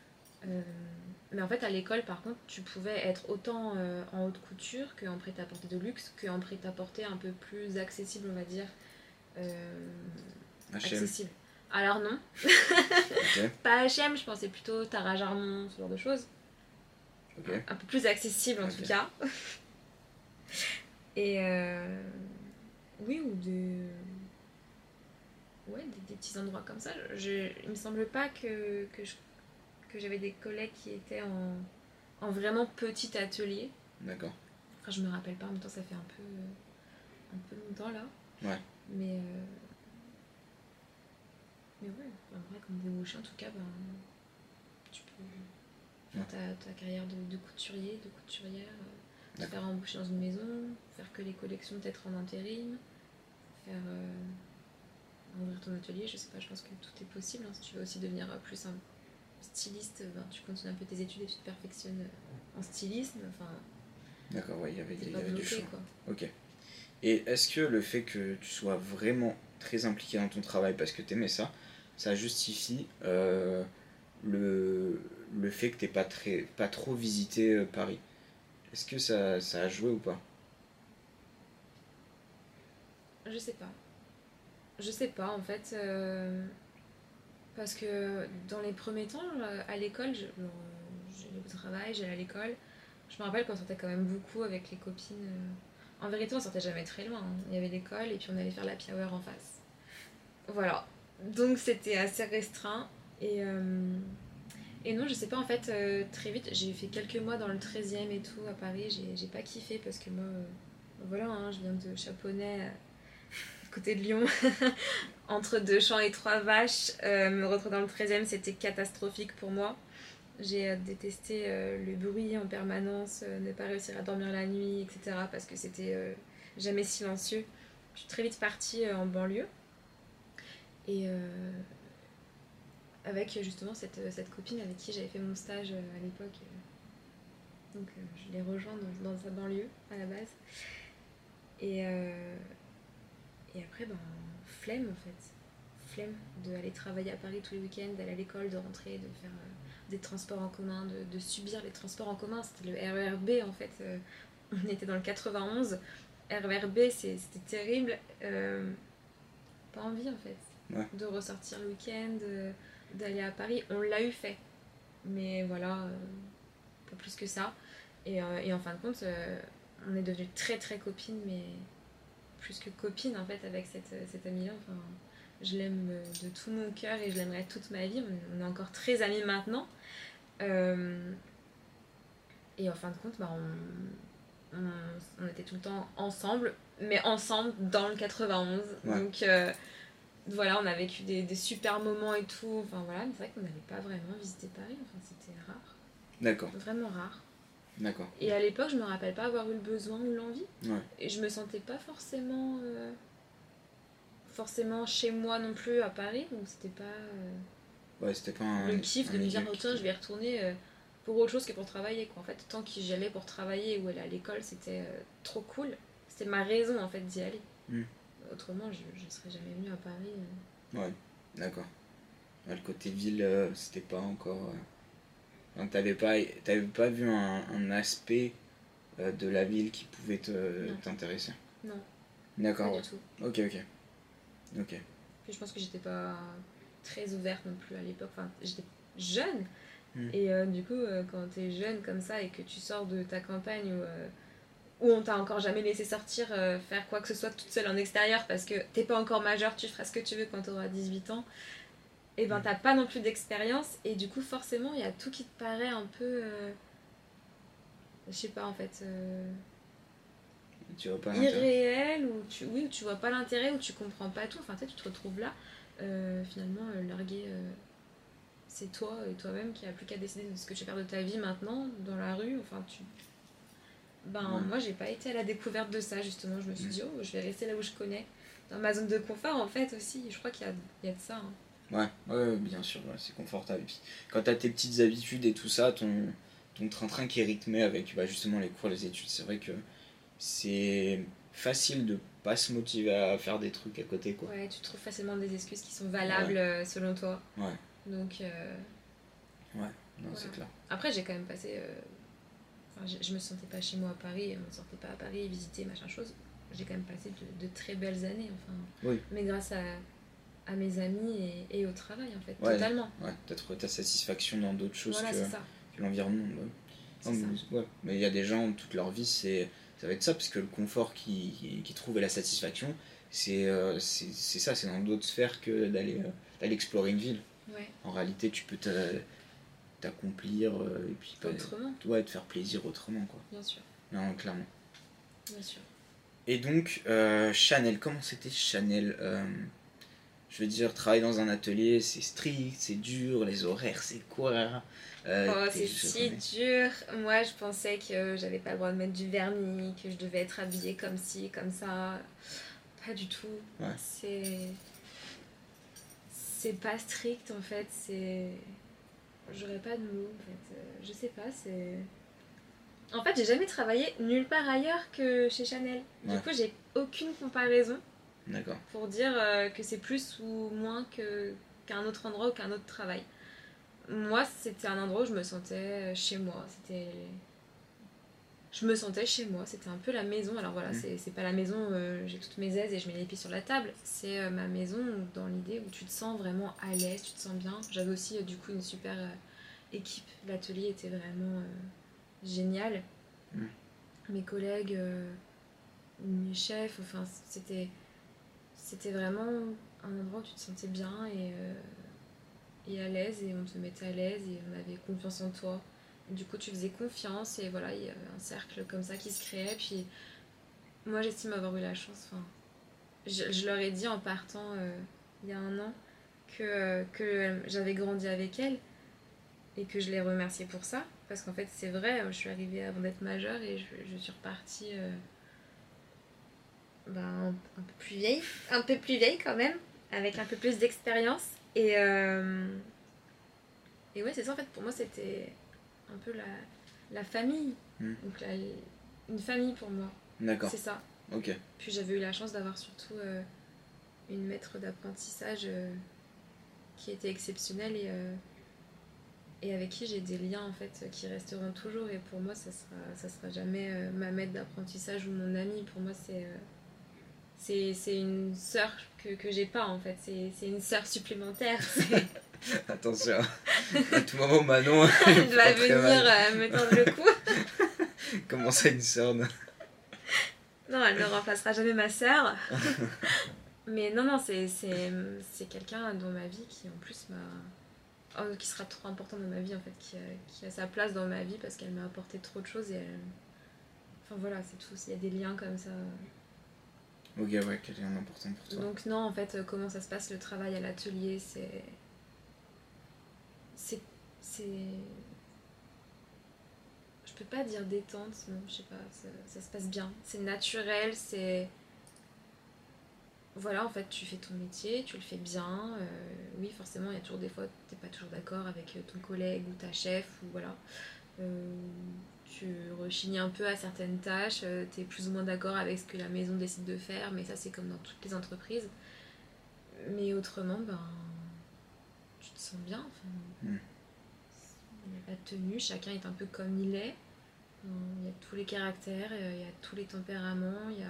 Mais en fait, à l'école, par contre, tu pouvais être autant en haute couture qu'en prêt-à-porter de luxe, qu'en prêt-à-porter un peu plus accessible, on va dire. Accessible. Alors non. Okay. Pas H&M, je pensais plutôt Tara Jarmon, ce genre de choses. Okay. Un peu plus accessible en tout cas. Et oui, ou des petits endroits comme ça. Il me semble pas que j'avais des collègues qui étaient en vraiment petit atelier. D'accord. Enfin, je me rappelle pas, en même temps ça fait un peu longtemps là. Ouais. Mais ouais, en vrai, comme débouché, en tout cas, tu peux faire ta carrière de couturier, de couturière, te faire embaucher dans une maison, faire que les collections peut-être en intérim, faire ouvrir ton atelier, je sais pas, je pense que tout est possible. Hein. Si tu veux aussi devenir plus un styliste, tu continues un peu tes études et tu te perfectionnes en stylisme. Enfin, d'accord, ouais, il y avait bloqué, du choix. Quoi. Ok. Et est-ce que le fait que tu sois vraiment très impliqué dans ton travail parce que t'aimais ça, ça justifie le fait que t'aies pas trop visité Paris? Est-ce que ça a joué ou pas? Je sais pas. Je sais pas, en fait. Parce que dans les premiers temps, à l'école, j'allais au travail, j'allais à l'école. Je me rappelle qu'on sortait quand même beaucoup avec les copines. En vérité, on sortait jamais très loin, hein. Il y avait l'école et puis on allait faire la hour en face. Voilà. Donc c'était assez restreint. Et non, je sais pas, en fait, très vite, j'ai fait quelques mois dans le 13e et tout à Paris. J'ai pas kiffé parce que moi, voilà, hein, je viens de Chaponnay, côté de Lyon, entre deux champs et trois vaches. Me retrouver dans le 13e, c'était catastrophique pour moi. J'ai détesté le bruit en permanence, ne pas réussir à dormir la nuit, etc. parce que c'était jamais silencieux. Je suis très vite partie en banlieue et avec justement cette copine avec qui j'avais fait mon stage à l'époque. Donc je l'ai rejoint dans sa banlieue à la base. Et, euh, et après, ben, flemme en fait. Flemme d'aller travailler à Paris tous les week-ends, d'aller à l'école, de rentrer, de faire des transports en commun, de subir les transports en commun. C'était le RER B en fait. On était dans le 91. RER B, c'était terrible. Pas envie en fait Ouais. de ressortir le week-end, d'aller à Paris. On l'a eu fait. Mais voilà, pas plus que ça. Et en fin de compte, on est devenues très très copines, mais plus que copines en fait avec cette amie-là. Enfin, je l'aime de tout mon cœur et je l'aimerai toute ma vie. On est encore très amis maintenant. Euh, et en fin de compte, bah, on était tout le temps ensemble, mais ensemble dans le 91. Ouais. Donc voilà, on a vécu des super moments et tout. Enfin voilà, mais c'est vrai qu'on n'avait pas vraiment visité Paris. Enfin, c'était rare. D'accord. Vraiment rare. D'accord. Et à l'époque, je me rappelle pas avoir eu le besoin ou l'envie. Ouais. Et je me sentais pas forcément chez moi non plus à Paris. Donc c'était pas Ouais, c'était pas un. le kiff de me dire, milieu oh, tiens, je vais y retourner pour autre chose que pour travailler, quoi. En fait, tant que j'y allais pour travailler ou aller à l'école, c'était trop cool. C'était ma raison en fait d'y aller. Mm. Autrement, je serais jamais venue à Paris. Ouais, d'accord. Ouais, le côté ville, c'était pas encore. Enfin, t'avais pas vu un aspect de la ville qui pouvait Non. t'intéresser. Non, D'accord, pas ouais. du tout. Ok, ok. Ok. Puis je pense que j'étais pas très ouverte non plus à l'époque. Enfin, j'étais jeune. Mm. Et du coup, quand t'es jeune comme ça et que tu sors de ta campagne où on t'a encore jamais laissé sortir faire quoi que ce soit toute seule en extérieur parce que t'es pas encore majeur, tu feras ce que tu veux quand t'auras 18 ans, et ben t'as pas non plus d'expérience et du coup forcément il y a tout qui te paraît un peu je sais pas en fait Tu vois pas l'intérêt. irréel, ou oui, où tu vois pas l'intérêt, où tu comprends pas tout. Enfin tu te retrouves là finalement largué, c'est toi et toi-même qui a plus qu'à décider de ce que tu veux faire de ta vie maintenant dans la rue. Enfin Ouais. moi j'ai pas été à la découverte de ça justement. Je me suis dit, oh, je vais rester là où je connais, dans ma zone de confort en fait aussi. Je crois qu'il y a de ça, hein. Ouais, bien sûr, ouais, c'est confortable. Et puis, quand t'as tes petites habitudes et tout ça, ton train-train qui est rythmé avec bah, justement les cours, les études, c'est vrai que c'est facile de pas se motiver à faire des trucs à côté, quoi. Ouais, tu trouves facilement des excuses qui sont valables selon toi. Ouais, Donc non, voilà. c'est clair. Après j'ai quand même passé enfin, je me sentais pas chez moi à Paris, on ne sortait pas à Paris visiter machin chose. J'ai quand même passé de très belles années, enfin. Oui. Mais grâce à mes amis et au travail en fait, Ouais, totalement. ouais, t'as trouvé ta satisfaction dans d'autres choses Voilà, c'est ça. que l'environnement. Ouais. C'est Non, ça. mais, ouais. Mais il y a des gens, toute leur vie, ça va être ça, parce que le confort qui trouve et la satisfaction, c'est ça, c'est dans d'autres sphères que d'aller explorer une ville. Ouais. En réalité, tu peux t'accomplir et puis Autrement, ouais, te faire plaisir autrement, quoi. bien sûr, Non, clairement. bien sûr. Et donc, Chanel, comment c'était Chanel je veux dire, travailler dans un atelier, c'est strict, c'est dur, les horaires, c'est quoi Oh, c'est si dur. Moi, je pensais que j'avais pas le droit de mettre du vernis, que je devais être habillée comme ci, comme ça. Pas du tout. Ouais. C'est pas strict en fait. J'aurais pas de mots en fait. Je sais pas, c'est. En fait, j'ai jamais travaillé nulle part ailleurs que chez Chanel. Du Ouais. coup, j'ai aucune comparaison D'accord. pour dire que c'est plus ou moins qu'un autre endroit ou qu'un autre travail. Moi, c'était un endroit où je me sentais chez moi. C'était je me sentais chez moi, c'était un peu la maison. Alors voilà, c'est pas la maison où j'ai toutes mes aises et je mets les pieds sur la table, c'est ma maison dans l'idée où tu te sens vraiment à l'aise, tu te sens bien. J'avais aussi du coup une super équipe, l'atelier était vraiment génial. Mes collègues, mes chefs, enfin c'était vraiment un endroit où tu te sentais bien et à l'aise, et on te mettait à l'aise et on avait confiance en toi. Du coup, tu faisais confiance et voilà, il y avait un cercle comme ça qui se créait. Puis moi, j'estime avoir eu la chance. Enfin, je leur ai dit en partant il y a un an que j'avais grandi avec elles et que je les remerciais pour ça. Parce qu'en fait, c'est vrai, je suis arrivée avant d'être majeure et je suis repartie un peu plus vieille. Un peu plus vieille quand même, avec un peu plus d'expérience. Et ouais, c'est ça en fait, pour moi, c'était un peu la famille. Donc une famille pour moi. D'accord. C'est ça. Ok. Puis j'avais eu la chance d'avoir surtout une maître d'apprentissage qui était exceptionnelle et avec qui j'ai des liens en fait qui resteront toujours. Et pour moi, ça sera jamais ma maître d'apprentissage ou mon amie. Pour moi, c'est une sœur que j'ai pas en fait. C'est une sœur supplémentaire. Attention, à tout moment Manon elle va venir me tendre le cou. Comment ça, une sœur? Non, elle ne remplacera jamais ma sœur. Mais non, c'est quelqu'un dans ma vie qui en plus qui sera trop important dans ma vie en fait, qui a sa place dans ma vie parce qu'elle m'a apporté trop de choses et enfin voilà, c'est tout, il y a des liens comme ça. Ok, ouais, quelqu'un d'important pour toi. Donc non, en fait, comment ça se passe le travail à l'atelier, c'est je peux pas dire détente, non, je sais pas, ça se passe bien, c'est naturel, c'est voilà, en fait, tu fais ton métier, tu le fais bien. Oui, forcément, il y a toujours des fois, t'es pas toujours d'accord avec ton collègue ou ta chef, ou voilà. Tu rechignes un peu à certaines tâches, t'es plus ou moins d'accord avec ce que la maison décide de faire, mais ça, c'est comme dans toutes les entreprises. Mais autrement, tu te sens bien. Il n'y a pas de tenue, chacun est un peu comme il est. Il y a tous les caractères, il y a tous les tempéraments, il y a...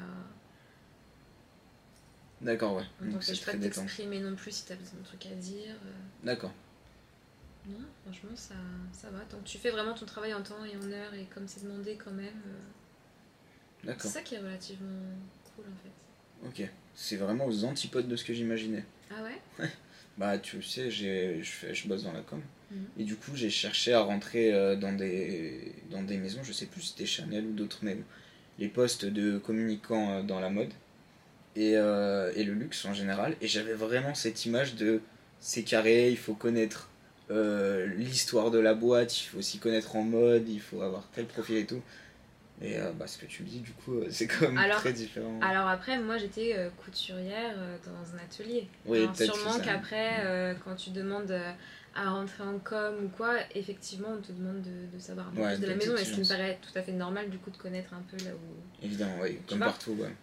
D'accord, ouais. On t'empêche pas de t'exprimer non plus si t'as besoin de trucs à dire. D'accord. Non, franchement, ça va. Tant que tu fais vraiment ton travail en temps et en heure et comme c'est demandé quand même. D'accord. C'est ça qui est relativement cool en fait. Ok. C'est vraiment aux antipodes de ce que j'imaginais. Ah ouais? Ouais. Bah, tu sais, je bosse dans la com. Et du coup, j'ai cherché à rentrer dans des maisons, je sais plus si c'était Chanel ou d'autres, mais les postes de communicants dans la mode. Et le luxe en général, et j'avais vraiment cette image de c'est carré, il faut connaître l'histoire de la boîte, il faut s'y connaître en mode, il faut avoir tel profil et tout. Et ce que tu me dis, du coup, c'est quand même très différent. Alors après, moi j'étais couturière dans un atelier. Oui, alors, sûrement qu'après, quand tu demandes à rentrer en com ou quoi, effectivement on te demande de savoir un peu plus de la maison, et ce qui me paraît tout à fait normal du coup de connaître un peu là où... Évidemment, oui, comme partout, ouais.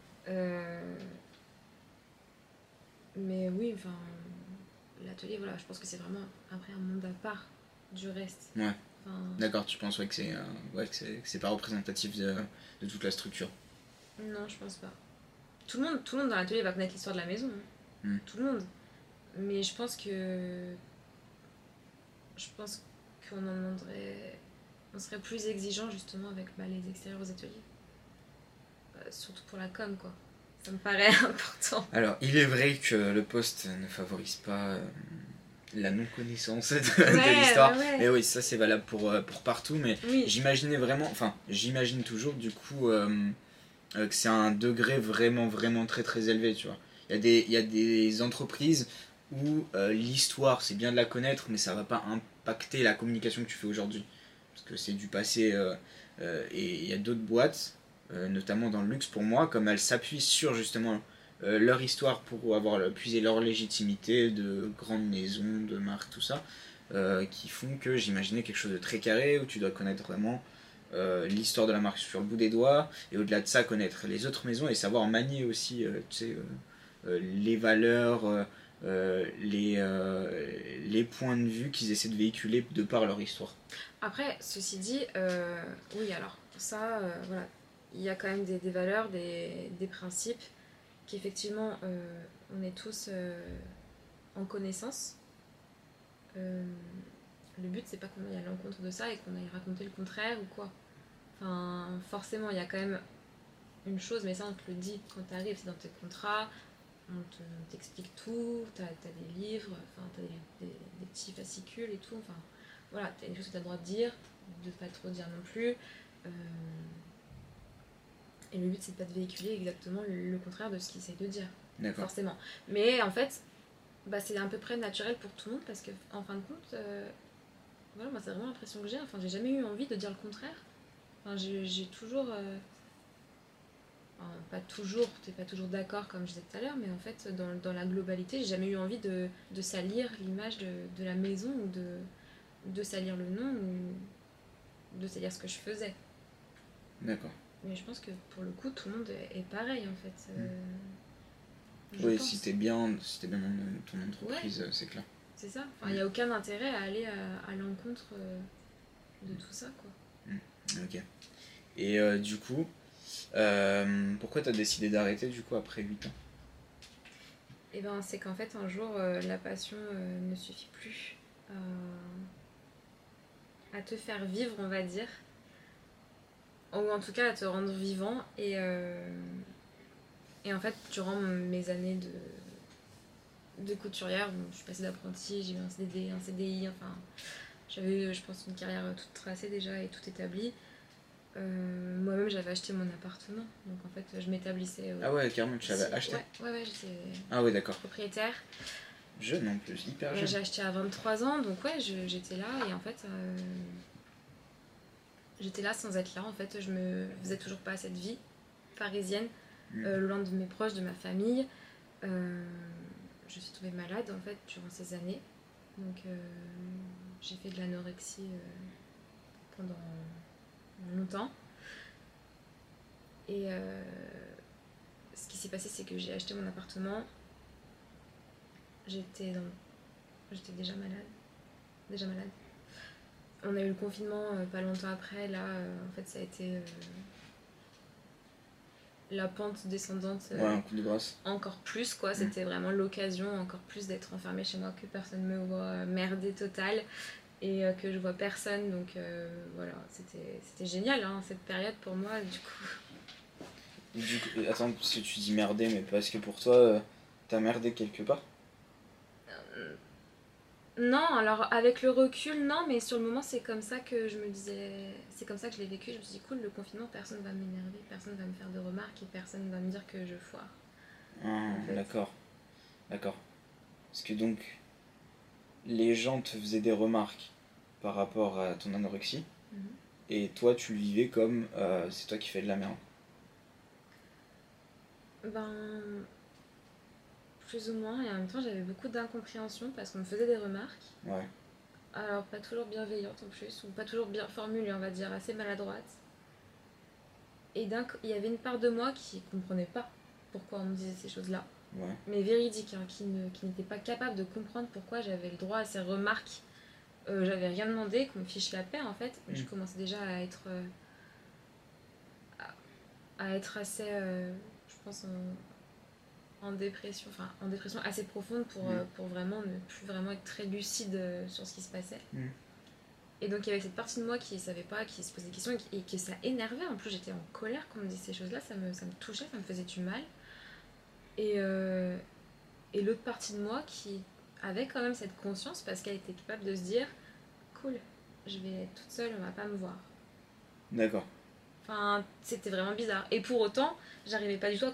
Mais oui, enfin, l'atelier, voilà, je pense que c'est vraiment après un monde à part du reste. Ouais. Enfin... D'accord, tu penses que c'est pas représentatif de toute la structure? Non, je pense pas. Tout le monde dans l'atelier va connaître l'histoire de la maison. Hein. Tout le monde. Mais je pense qu'on en demanderait... On serait plus exigeant justement avec les extérieurs aux ateliers. Surtout pour la com, quoi. Ça me paraît important. Alors, il est vrai que le poste ne favorise pas la non-connaissance de l'histoire. Ouais. Mais oui, ça c'est valable pour partout. Mais oui. J'imagine toujours du coup que c'est un degré vraiment, vraiment très très élevé, tu vois. Il y a des entreprises où l'histoire, c'est bien de la connaître, mais ça va pas impacter la communication que tu fais aujourd'hui. Parce que c'est du passé. Et il y a d'autres boîtes, notamment dans le luxe pour moi, comme elles s'appuient sur justement leur histoire pour puiser leur légitimité de grandes maisons, de marques, tout ça, qui font que j'imaginais quelque chose de très carré, où tu dois connaître vraiment l'histoire de la marque sur le bout des doigts, et au-delà de ça, connaître les autres maisons et savoir manier aussi les valeurs, les points de vue qu'ils essaient de véhiculer de par leur histoire. Après, ceci dit, oui, alors, pour ça, voilà, il y a quand même des valeurs, des principes qu'effectivement on est tous en connaissance. Le but c'est pas qu'on aille à l'encontre de ça et qu'on aille raconter le contraire ou quoi. Enfin, forcément, il y a quand même une chose, mais ça on te le dit quand t'arrives, c'est dans tes contrats, on t'explique tout, t'as des livres, enfin t'as des petits fascicules et tout, enfin voilà, t'as des choses que t'as le droit de dire, de pas trop dire non plus. Et le but c'est de pas de véhiculer exactement le contraire de ce qu'ils essayent de dire. D'accord. Forcément. Mais en fait, c'est à peu près naturel pour tout le monde parce que en fin de compte, voilà, moi c'est vraiment l'impression que j'ai. Enfin, j'ai jamais eu envie de dire le contraire. Enfin, j'ai toujours. Enfin, pas toujours, t'es pas toujours d'accord comme je disais tout à l'heure, mais en fait, dans la globalité, j'ai jamais eu envie de salir l'image de la maison ou de salir le nom ou de salir ce que je faisais. D'accord. Mais je pense que pour le coup, tout le monde est pareil en fait. Oui, si t'es bien dans ton entreprise, c'est clair. C'est ça. Enfin, il n'y a aucun intérêt à aller à l'encontre de tout ça, quoi. Ok. Et du coup, pourquoi t'as décidé d'arrêter du coup après 8 ans? Et ben, c'est qu'en fait, un jour, la passion ne suffit plus à te faire vivre, on va dire. Ou en tout cas, à te rendre vivant. Et en fait, durant mes années de couturière, bon, je suis passée d'apprenti, j'ai eu un CDD, un CDI, enfin, j'avais eu, je pense, une carrière toute tracée déjà et tout établie. Moi-même, j'avais acheté mon appartement, donc en fait, je m'établissais. Ah ouais, carrément, tu l'avais acheté? Ouais, j'étais Ah ouais, d'accord. propriétaire. Jeune en plus, hyper jeune. J'ai acheté à 23 ans, donc ouais, j'étais là et en fait, j'étais là sans être là. En fait, je me faisais toujours pas cette vie parisienne, loin de mes proches, de ma famille. Je suis tombée malade en fait durant ces années, donc j'ai fait de l'anorexie pendant longtemps. Et ce qui s'est passé, c'est que j'ai acheté mon appartement. J'étais déjà malade. On a eu le confinement pas longtemps après. Là, en fait, ça a été la pente descendante. Ouais, un coup de grâce. Encore plus, quoi. C'était vraiment l'occasion, encore plus, d'être enfermée chez moi, que personne me voit merder total. Et que je vois personne, donc voilà, c'était génial hein, cette période pour moi du coup. Attends, parce que tu dis merder, mais parce que pour toi, t'as merdé quelque part? Non, alors avec le recul, non, mais sur le moment c'est comme ça que je me disais, c'est comme ça que je l'ai vécu, je me suis dit cool, le confinement, personne va m'énerver, personne va me faire de remarques et personne va me dire que je foire. Ah, en fait. D'accord. Parce que donc, les gens te faisaient des remarques par rapport à ton anorexie, et toi tu le vivais comme c'est toi qui fais de la merde. Plus ou moins, et en même temps j'avais beaucoup d'incompréhension parce qu'on me faisait des remarques. Ouais. Alors pas toujours bienveillantes en plus, ou pas toujours bien formulées, on va dire, assez maladroites. Et il y avait une part de moi qui comprenait pas pourquoi on me disait ces choses-là. Ouais. Mais véridiques, hein, qui n'était pas capable de comprendre pourquoi j'avais le droit à ces remarques. J'avais rien demandé, qu'on me fiche la paix en fait. Je commençais déjà à être assez, je pense, en dépression assez profonde pour vraiment ne plus vraiment être très lucide sur ce qui se passait. Et donc il y avait cette partie de moi qui savait pas, qui se posait des questions et que ça énervait. En plus j'étais en colère quand on me disait ces choses-là, ça me touchait, ça me faisait du mal. Et l'autre partie de moi qui avait quand même cette conscience parce qu'elle était capable de se dire cool, je vais être toute seule, on va pas me voir. D'accord. Enfin, c'était vraiment bizarre. Et pour autant, j'arrivais pas du tout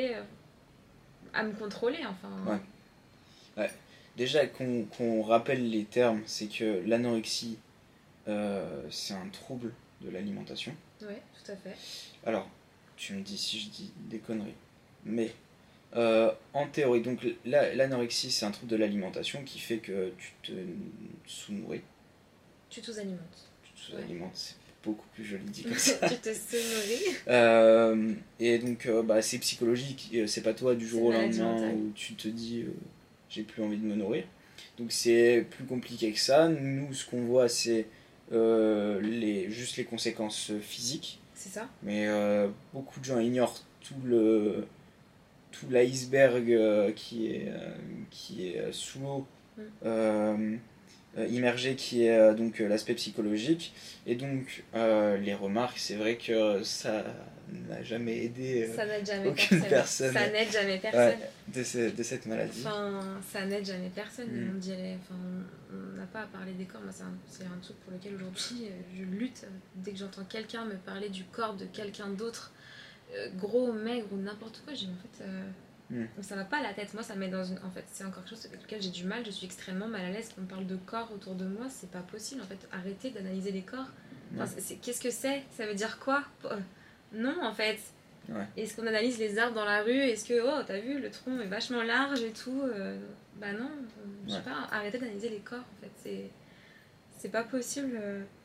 à me contrôler, enfin. Ouais. Déjà qu'on rappelle les termes, c'est que l'anorexie, c'est un trouble de l'alimentation. Ouais, tout à fait. Alors, tu me dis si je dis des conneries, mais en théorie, donc l'anorexie, c'est un trouble de l'alimentation qui fait que tu te sous-nourris. Tu te sous-alimentes. Tu te sous-alimentes, c'est beaucoup plus joli dit comme ça. Tu te sous-nourris. Et donc, c'est psychologique, c'est pas toi du jour au lendemain où tu te dis j'ai plus envie de me nourrir. Donc c'est plus compliqué que ça. Nous, ce qu'on voit, c'est juste les conséquences physiques. C'est ça. Mais beaucoup de gens ignorent tout l'iceberg qui est sous l'eau, euh, immergé, qui est l'aspect psychologique. Et donc, les remarques, c'est vrai que ça n'a jamais aidé Ça n'aide jamais aucune personne. Ça n'aide jamais personne. Ouais, de cette maladie. Enfin, ça n'aide jamais personne, Mm. on dirait. Enfin, on n'a pas à parler des corps. Moi, c'est un truc pour lequel aujourd'hui je lutte. Dès que j'entends quelqu'un me parler du corps de quelqu'un d'autre, gros, maigre ou n'importe quoi, j'ai en fait. Ça va pas à la tête. Moi, ça me met dans une. En fait, c'est encore quelque chose avec lequel j'ai du mal. Je suis extrêmement mal à l'aise quand on parle de corps autour de moi. C'est pas possible. En fait, arrêtez d'analyser les corps. Enfin, qu'est-ce que c'est? Ça veut dire quoi? Non, en fait. Ouais. Est-ce qu'on analyse les arbres dans la rue? Est-ce que, oh, t'as vu, le tronc est vachement large et tout? Bah non, je sais pas, arrêtez d'analyser les corps, en fait. C'est pas possible.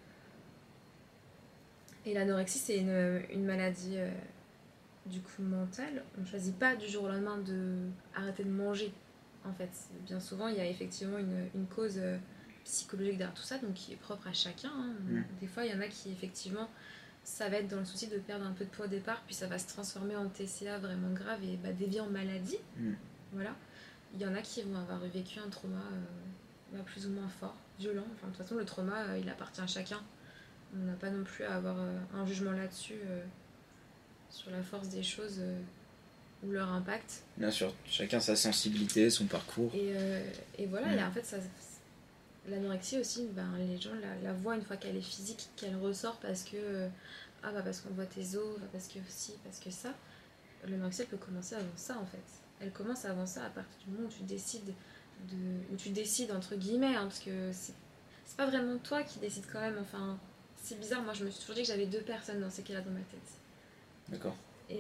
Et l'anorexie, c'est une maladie du coup mentale. On choisit pas du jour au lendemain de arrêter de manger, en fait. Bien souvent, il y a effectivement une cause psychologique derrière tout ça, donc qui est propre à chacun. Hein. Des fois, il y en a qui, effectivement, ça va être dans le souci de perdre un peu de poids au départ, puis ça va se transformer en TCA vraiment grave et dévier en maladie. Voilà. Il y en a qui vont avoir vécu un trauma plus ou moins fort, violent. Enfin, de toute façon, le trauma, il appartient à chacun. On n'a pas non plus à avoir un jugement là-dessus, sur la force des choses ou leur impact. Bien sûr, chacun sa sensibilité, son parcours. Et voilà, et en fait, l'anorexie aussi, les gens la voient une fois qu'elle est physique, qu'elle ressort parce que parce qu'on voit tes os, parce que ci, parce que ça. L'anorexie, elle peut commencer avant ça, en fait. Elle commence avant ça à partir du moment où tu décides entre guillemets, hein, parce que c'est pas vraiment toi qui décides quand même. Enfin, c'est bizarre. Moi, je me suis toujours dit que j'avais deux personnes dans ces cas-là dans ma tête. D'accord.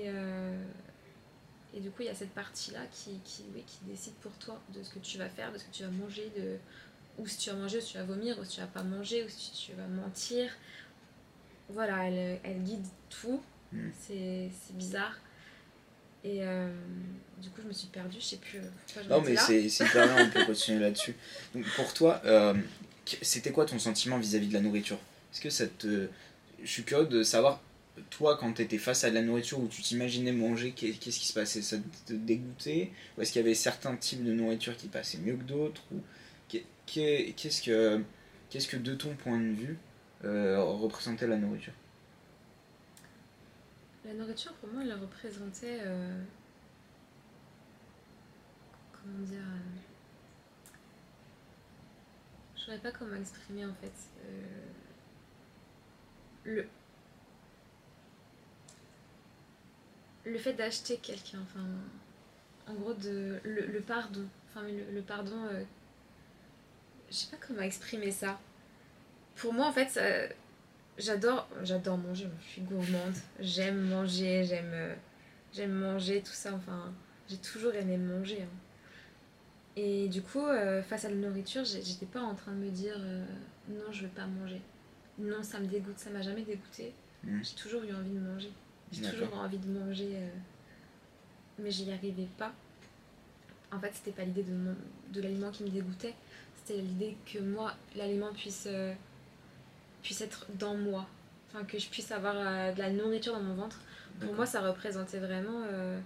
Et du coup, il y a cette partie-là qui décide pour toi de ce que tu vas faire, de ce que tu vas manger, ou si tu vas manger, ou si tu vas vomir, ou si tu vas pas manger, ou si tu vas mentir. Voilà, elle guide tout. C'est bizarre. Et du coup, je me suis perdue, je sais plus pourquoi je Non, mais là. c'est hyper bien, on peut continuer là-dessus. Donc, pour toi, c'était quoi ton sentiment vis-à-vis de la nourriture? Est-ce que ça te. Je suis curieux de savoir, toi, quand tu étais face à de la nourriture où tu t'imaginais manger, qu'est-ce qui se passait? Ça te dégoûtait? Ou est-ce qu'il y avait certains types de nourriture qui passaient mieux que d'autres? Ou qu'est-ce que, de ton point de vue, représentait la nourriture? La nourriture, pour moi, elle représentait. Comment dire. Je ne saurais pas comment exprimer, en fait. Le fait d'acheter quelqu'un, enfin. En gros, le pardon. Enfin, le pardon. Je sais pas comment exprimer ça. Pour moi, en fait, j'adore manger. Je suis gourmande. J'aime manger, j'aime manger, tout ça. Enfin, j'ai toujours aimé manger. Hein. Et du coup, face à la nourriture, j'étais pas en train de me dire non, je veux pas manger. Non, ça me dégoûte. Ça m'a jamais dégoûté. J'ai toujours eu envie de manger. J'ai toujours envie de manger. Mais j'y arrivais pas. En fait, c'était pas l'idée de l'aliment qui me dégoûtait. C'était l'idée que moi, l'aliment puisse être dans moi. Enfin, que je puisse avoir de la nourriture dans mon ventre. Pour moi, ça représentait vraiment...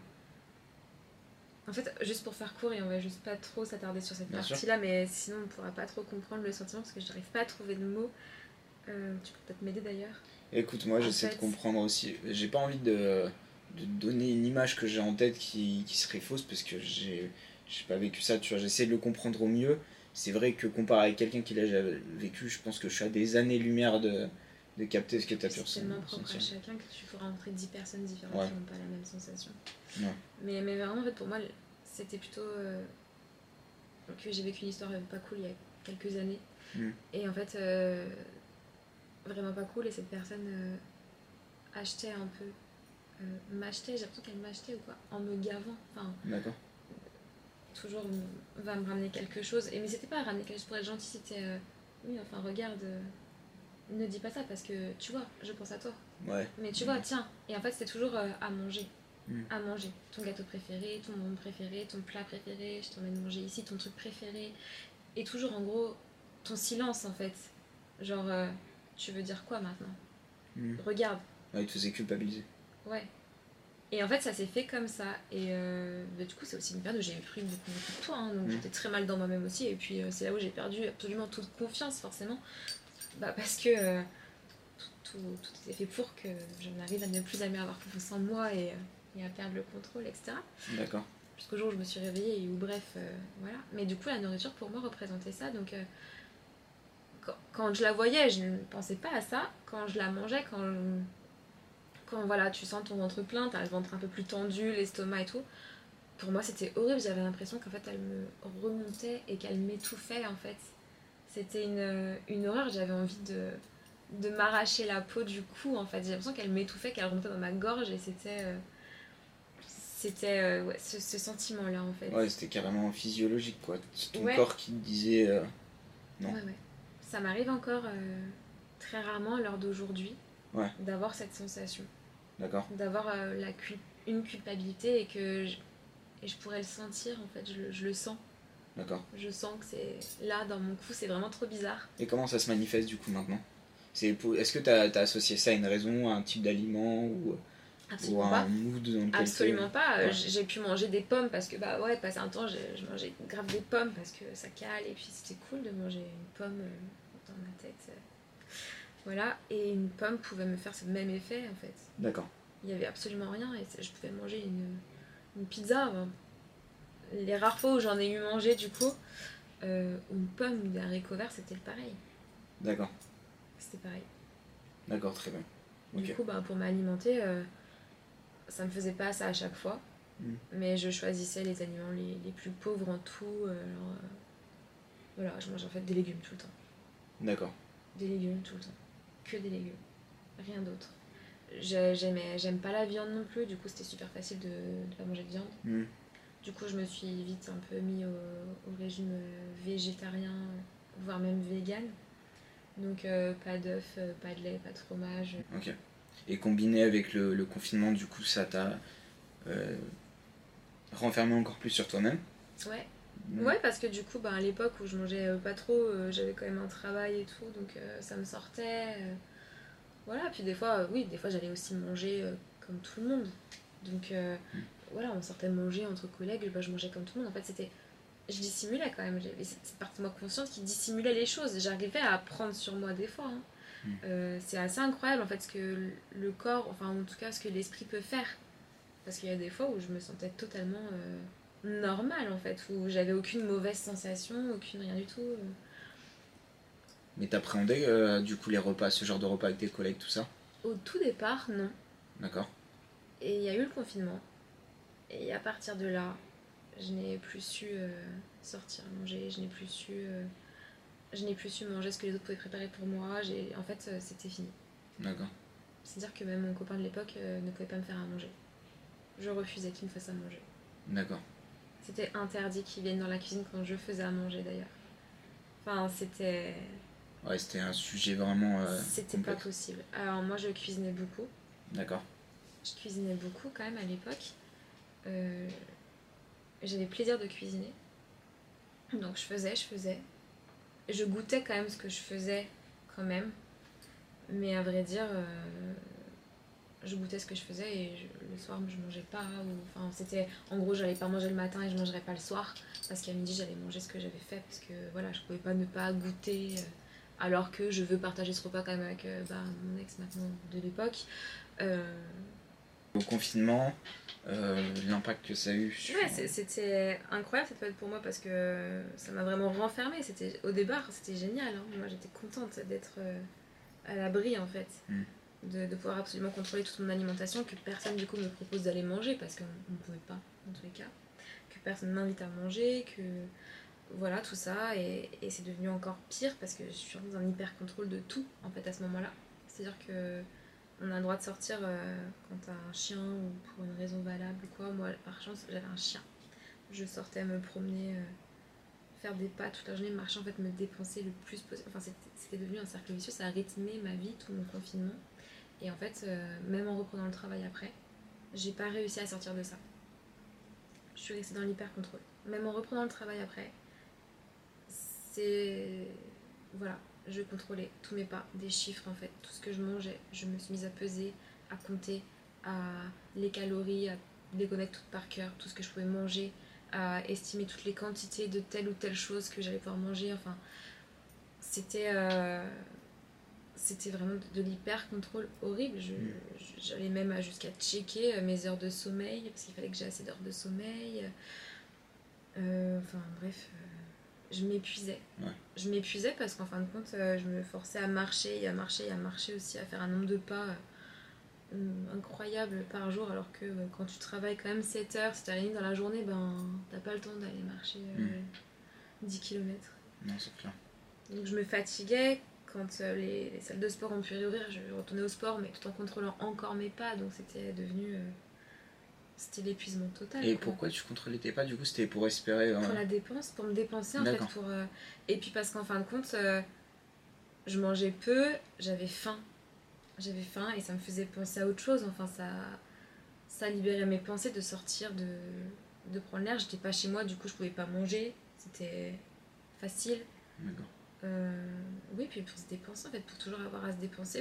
En fait, juste pour faire court, et on va juste pas trop s'attarder sur cette partie-là, mais sinon on pourra pas trop comprendre le sentiment parce que je n'arrive pas à trouver de mots. Tu peux peut-être m'aider d'ailleurs. Écoute, moi j'essaie de comprendre aussi. J'ai pas envie de donner une image que j'ai en tête qui serait fausse parce que j'ai pas vécu ça, tu vois. J'essaie de le comprendre au mieux. C'est vrai que comparé avec quelqu'un qui l'a vécu, je pense que je suis à des années-lumière de capter ce que tu as pu ressentir. C'est tellement propre à chacun que tu pourras rencontrer 10 personnes différentes qui n'ont pas la même sensation. Ouais. Mais vraiment, en fait, pour moi, c'était plutôt que j'ai vécu une histoire pas cool il y a quelques années. Et en fait, vraiment pas cool. Et cette personne achetait un peu, m'achetait, j'ai l'impression qu'elle m'achetait ou quoi, en me gavant. Enfin, d'accord. Toujours va me ramener quelque chose. Mais c'était pas ramener quelque chose pour être gentil, c'était oui, enfin, regarde. Ne dis pas ça parce que tu vois, je pense à toi. Ouais. Mais tu vois, tiens. Et en fait, c'était toujours à manger. À manger. Ton gâteau préféré, ton bonbon préféré, ton plat préféré, je t'emmène manger ici, ton truc préféré. Et toujours, en gros, ton silence, en fait. Genre, tu veux dire quoi maintenant? Regarde. Ouais, il te faisait culpabiliser. Ouais. Et en fait, ça s'est fait comme ça. Et du coup, c'est aussi une période où j'ai pris beaucoup de poids, hein, donc j'étais très mal dans moi-même aussi. Et puis, c'est là où j'ai perdu absolument toute confiance, forcément. Parce que tout était fait pour que je n'arrive à ne plus jamais avoir confiance en moi et à perdre le contrôle, etc. D'accord. Jusqu'au jour où je me suis réveillée, ou bref, voilà. Mais du coup, la nourriture, pour moi, représentait ça. Donc, quand je la voyais, je ne pensais pas à ça. Quand je la mangeais, quand voilà, tu sens ton ventre plein, t'as le ventre un peu plus tendu, l'estomac et tout, pour moi c'était horrible, j'avais l'impression qu'en fait elle me remontait et qu'elle m'étouffait en fait. C'était une horreur, j'avais envie de m'arracher la peau du cou en fait. J'ai l'impression qu'elle m'étouffait, qu'elle remontait dans ma gorge et c'était ouais, ce sentiment-là en fait. Ouais, c'était carrément physiologique, quoi. C'est ton Ouais, corps qui te disait non. ouais, ouais. Ça m'arrive encore très rarement à l'heure d'aujourd'hui d'avoir cette sensation. D'accord. D'avoir une culpabilité et je pourrais le sentir en fait, je le sens. D'accord. Je sens que c'est là dans mon cou, c'est vraiment trop bizarre. Et comment ça se manifeste du coup maintenant? Est-ce que t'as associé ça à une raison, à un type d'aliment ou Absolument à un pas. mood dans lequel Absolument pas. Ouais. J'ai pu manger des pommes parce que, bah ouais, passé un temps, je mangeais grave des pommes parce que ça cale et puis c'était cool de manger une pomme dans ma tête. Voilà, et une pomme pouvait me faire ce même effet en fait. D'accord. Il y avait absolument rien et je pouvais manger une pizza. Hein. Les rares fois où j'en ai eu mangé du coup, une pomme ou des haricots verts, c'était pareil. D'accord. C'était pareil. D'accord, très bien. Du Okay. coup, bah, pour m'alimenter, ça me faisait pas ça à chaque fois. Mais je choisissais les aliments les plus pauvres en tout. Voilà, je mange en fait des légumes tout le temps. D'accord. Des légumes tout le temps. Que des légumes. Rien d'autre. J'aime pas la viande non plus, du coup c'était super facile de pas manger de viande. Du coup je me suis vite un peu mis au régime végétarien, voire même vegan. Donc pas d'œufs, pas de lait, pas de fromage. Ok. Et combiné avec le confinement, du coup ça t'a renfermé encore plus sur toi-même? Ouais. Ouais, parce que du coup, à l'époque où je mangeais pas trop, j'avais quand même un travail et tout, donc ça me sortait. Voilà, puis des fois, oui, des fois j'allais aussi manger comme tout le monde. Donc voilà, on sortait manger entre collègues, je mangeais comme tout le monde. En fait, je dissimulais quand même. J'avais cette partie de moi consciente qui dissimulait les choses. J'arrivais à prendre sur moi des fois. Hein. C'est assez incroyable en fait ce que le corps, enfin en tout cas ce que l'esprit peut faire. Parce qu'il y a des fois où je me sentais totalement normale en fait, où j'avais aucune mauvaise sensation, aucune rien du tout. Mais t'appréhendais du coup les repas, ce genre de repas avec tes collègues, tout ça? Au tout départ, non. D'accord. Et il y a eu le confinement. Et à partir de là, je n'ai plus su sortir manger, je n'ai plus su manger ce que les autres pouvaient préparer pour moi. En fait, c'était fini. D'accord. C'est-à-dire que même mon copain de l'époque ne pouvait pas me faire à manger. Je refusais qu'il me fasse à manger. D'accord. C'était interdit qu'il vienne dans la cuisine quand je faisais à manger d'ailleurs. Enfin, c'était... Ouais, c'était un sujet vraiment c'était complexe. pas possible. Alors moi, je cuisinais beaucoup. D'accord. Je cuisinais beaucoup quand même à l'époque. J'avais plaisir de cuisiner. Donc je faisais. Je goûtais quand même ce que je faisais quand même. Mais à vrai dire, je goûtais ce que je faisais et le soir je mangeais pas. Enfin c'était, en gros j'allais pas manger le matin et je mangerais pas le soir. Parce qu'à midi j'allais manger ce que j'avais fait. Parce que voilà, je pouvais pas ne pas goûter. Alors que je veux partager ce repas quand même avec mon ex maintenant de l'époque. Au confinement, l'impact que ça a eu sur... Ouais, c'était incroyable cette période pour moi parce que ça m'a vraiment renfermée. Au départ, c'était génial. Hein. Moi, j'étais contente d'être à l'abri en fait. De pouvoir absolument contrôler toute mon alimentation, que personne du coup me propose d'aller manger parce qu'on ne pouvait pas, dans tous les cas. Que personne m'invite à manger, que voilà, tout ça. Et c'est devenu encore pire parce que je suis dans un hyper contrôle de tout en fait à ce moment-là. C'est-à-dire que on a le droit de sortir quand t'as un chien ou pour une raison valable ou quoi. Moi, par chance, j'avais un chien. Je sortais me promener, faire des pas toute la journée, marcher, en fait, me dépenser le plus possible. Enfin, c'était devenu un cercle vicieux, ça a rythmé ma vie, tout mon confinement. Et en fait, même en reprenant le travail après, j'ai pas réussi à sortir de ça. Je suis restée dans l'hyper-contrôle. Même en reprenant le travail après, voilà. Je contrôlais tous mes pas, des chiffres en fait, tout ce que je mangeais. Je me suis mise à peser, à compter, à les calories, à les connaître toutes par cœur, tout ce que je pouvais manger, à estimer toutes les quantités de telle ou telle chose que j'allais pouvoir manger. Enfin, c'était c'était vraiment de l'hyper contrôle horrible. J'allais même jusqu'à checker mes heures de sommeil parce qu'il fallait que j'ai assez d'heures de sommeil. Enfin bref, je m'épuisais. Ouais. Je m'épuisais parce qu'en fin de compte, je me forçais à marcher et à marcher et à marcher aussi, à faire un nombre de pas incroyable par jour, alors que quand tu travailles quand même 7 heures, 7h30 dans la journée, ben t'as pas le temps d'aller marcher 10 km. Non, c'est clair. Donc je me fatiguais. Quand les salles de sport ont pu réouvrir, je retournais au sport, mais tout en contrôlant encore mes pas, donc c'était devenu... c'était l'épuisement total. Et pourquoi tu contrôlais tes pas, du coup? C'était pour espérer... Pour la dépense, pour me dépenser en fait. Et puis parce qu'en fin de compte, je mangeais peu, j'avais faim. J'avais faim et ça me faisait penser à autre chose. Enfin, ça libérait mes pensées de sortir, de prendre l'air. J'étais pas chez moi, du coup je pouvais pas manger. C'était facile. D'accord. Oui, puis pour se dépenser, en fait, pour toujours avoir à se dépenser,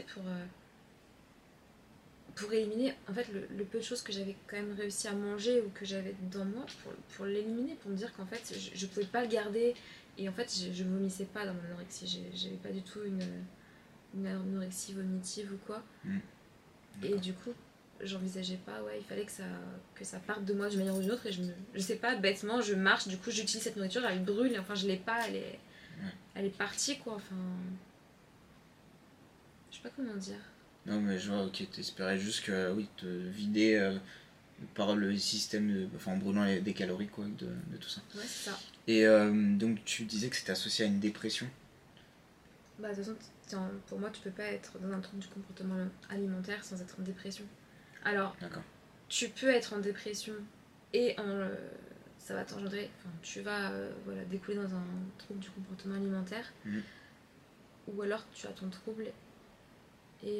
pour éliminer, en fait, le peu de choses que j'avais quand même réussi à manger ou que j'avais dans moi, pour l'éliminer, pour me dire qu'en fait, je pouvais pas le garder. Et en fait, je vomissais pas dans mon anorexie. J'avais pas du tout une anorexie vomitive ou quoi. Et du coup, j'envisageais pas, il fallait que ça parte de moi d'une manière ou d'une autre. Et je sais pas, bêtement, je marche, du coup, j'utilise cette nourriture, elle brûle, et enfin, je l'ai pas, elle est partie, quoi. Enfin, je sais pas comment dire. Non, mais je vois, ok, t'espérais juste que, oui, te vider par le système, enfin en brûlant des calories, quoi, de tout ça. Ouais, c'est ça. Et donc tu disais que c'était associé à une dépression. Bah, de toute façon, pour moi, tu peux pas être dans un trouble du comportement alimentaire sans être en dépression. Alors, tu peux être en dépression et ça va t'engendrer, enfin, tu vas découler dans un trouble du comportement alimentaire, ou alors tu as ton trouble et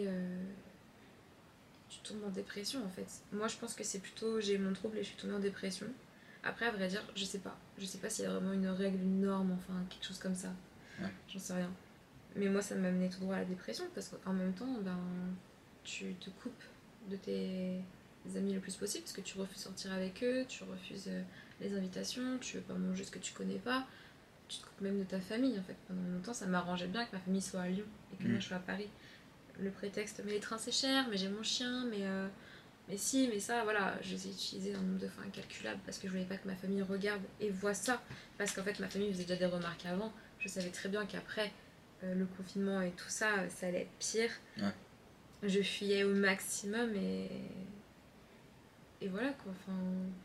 tu tombes en dépression en fait. Moi, je pense que c'est plutôt j'ai mon trouble et je suis tombée en dépression. Après, à vrai dire, je sais pas s'il y a vraiment une règle, une norme, enfin quelque chose comme ça. J'en sais rien. Mais moi, ça m'a mené tout droit à la dépression parce qu'en même temps, tu te coupes de tes amis le plus possible parce que tu refuses de sortir avec eux, tu refuses les invitations, tu veux pas manger ce que tu connais pas, tu te coupes même de ta famille en fait. Pendant longtemps, ça m'arrangeait bien que ma famille soit à Lyon et que moi je sois à Paris. Le prétexte, mais les trains c'est cher, mais j'ai mon chien, mais si, mais ça, voilà, je les ai utilisés un nombre de fois incalculable parce que je voulais pas que ma famille regarde et voit ça. Parce qu'en fait, ma famille faisait déjà des remarques avant. Je savais très bien qu'après le confinement et tout ça, ça allait être pire. Je fuyais au maximum et voilà quoi. Enfin...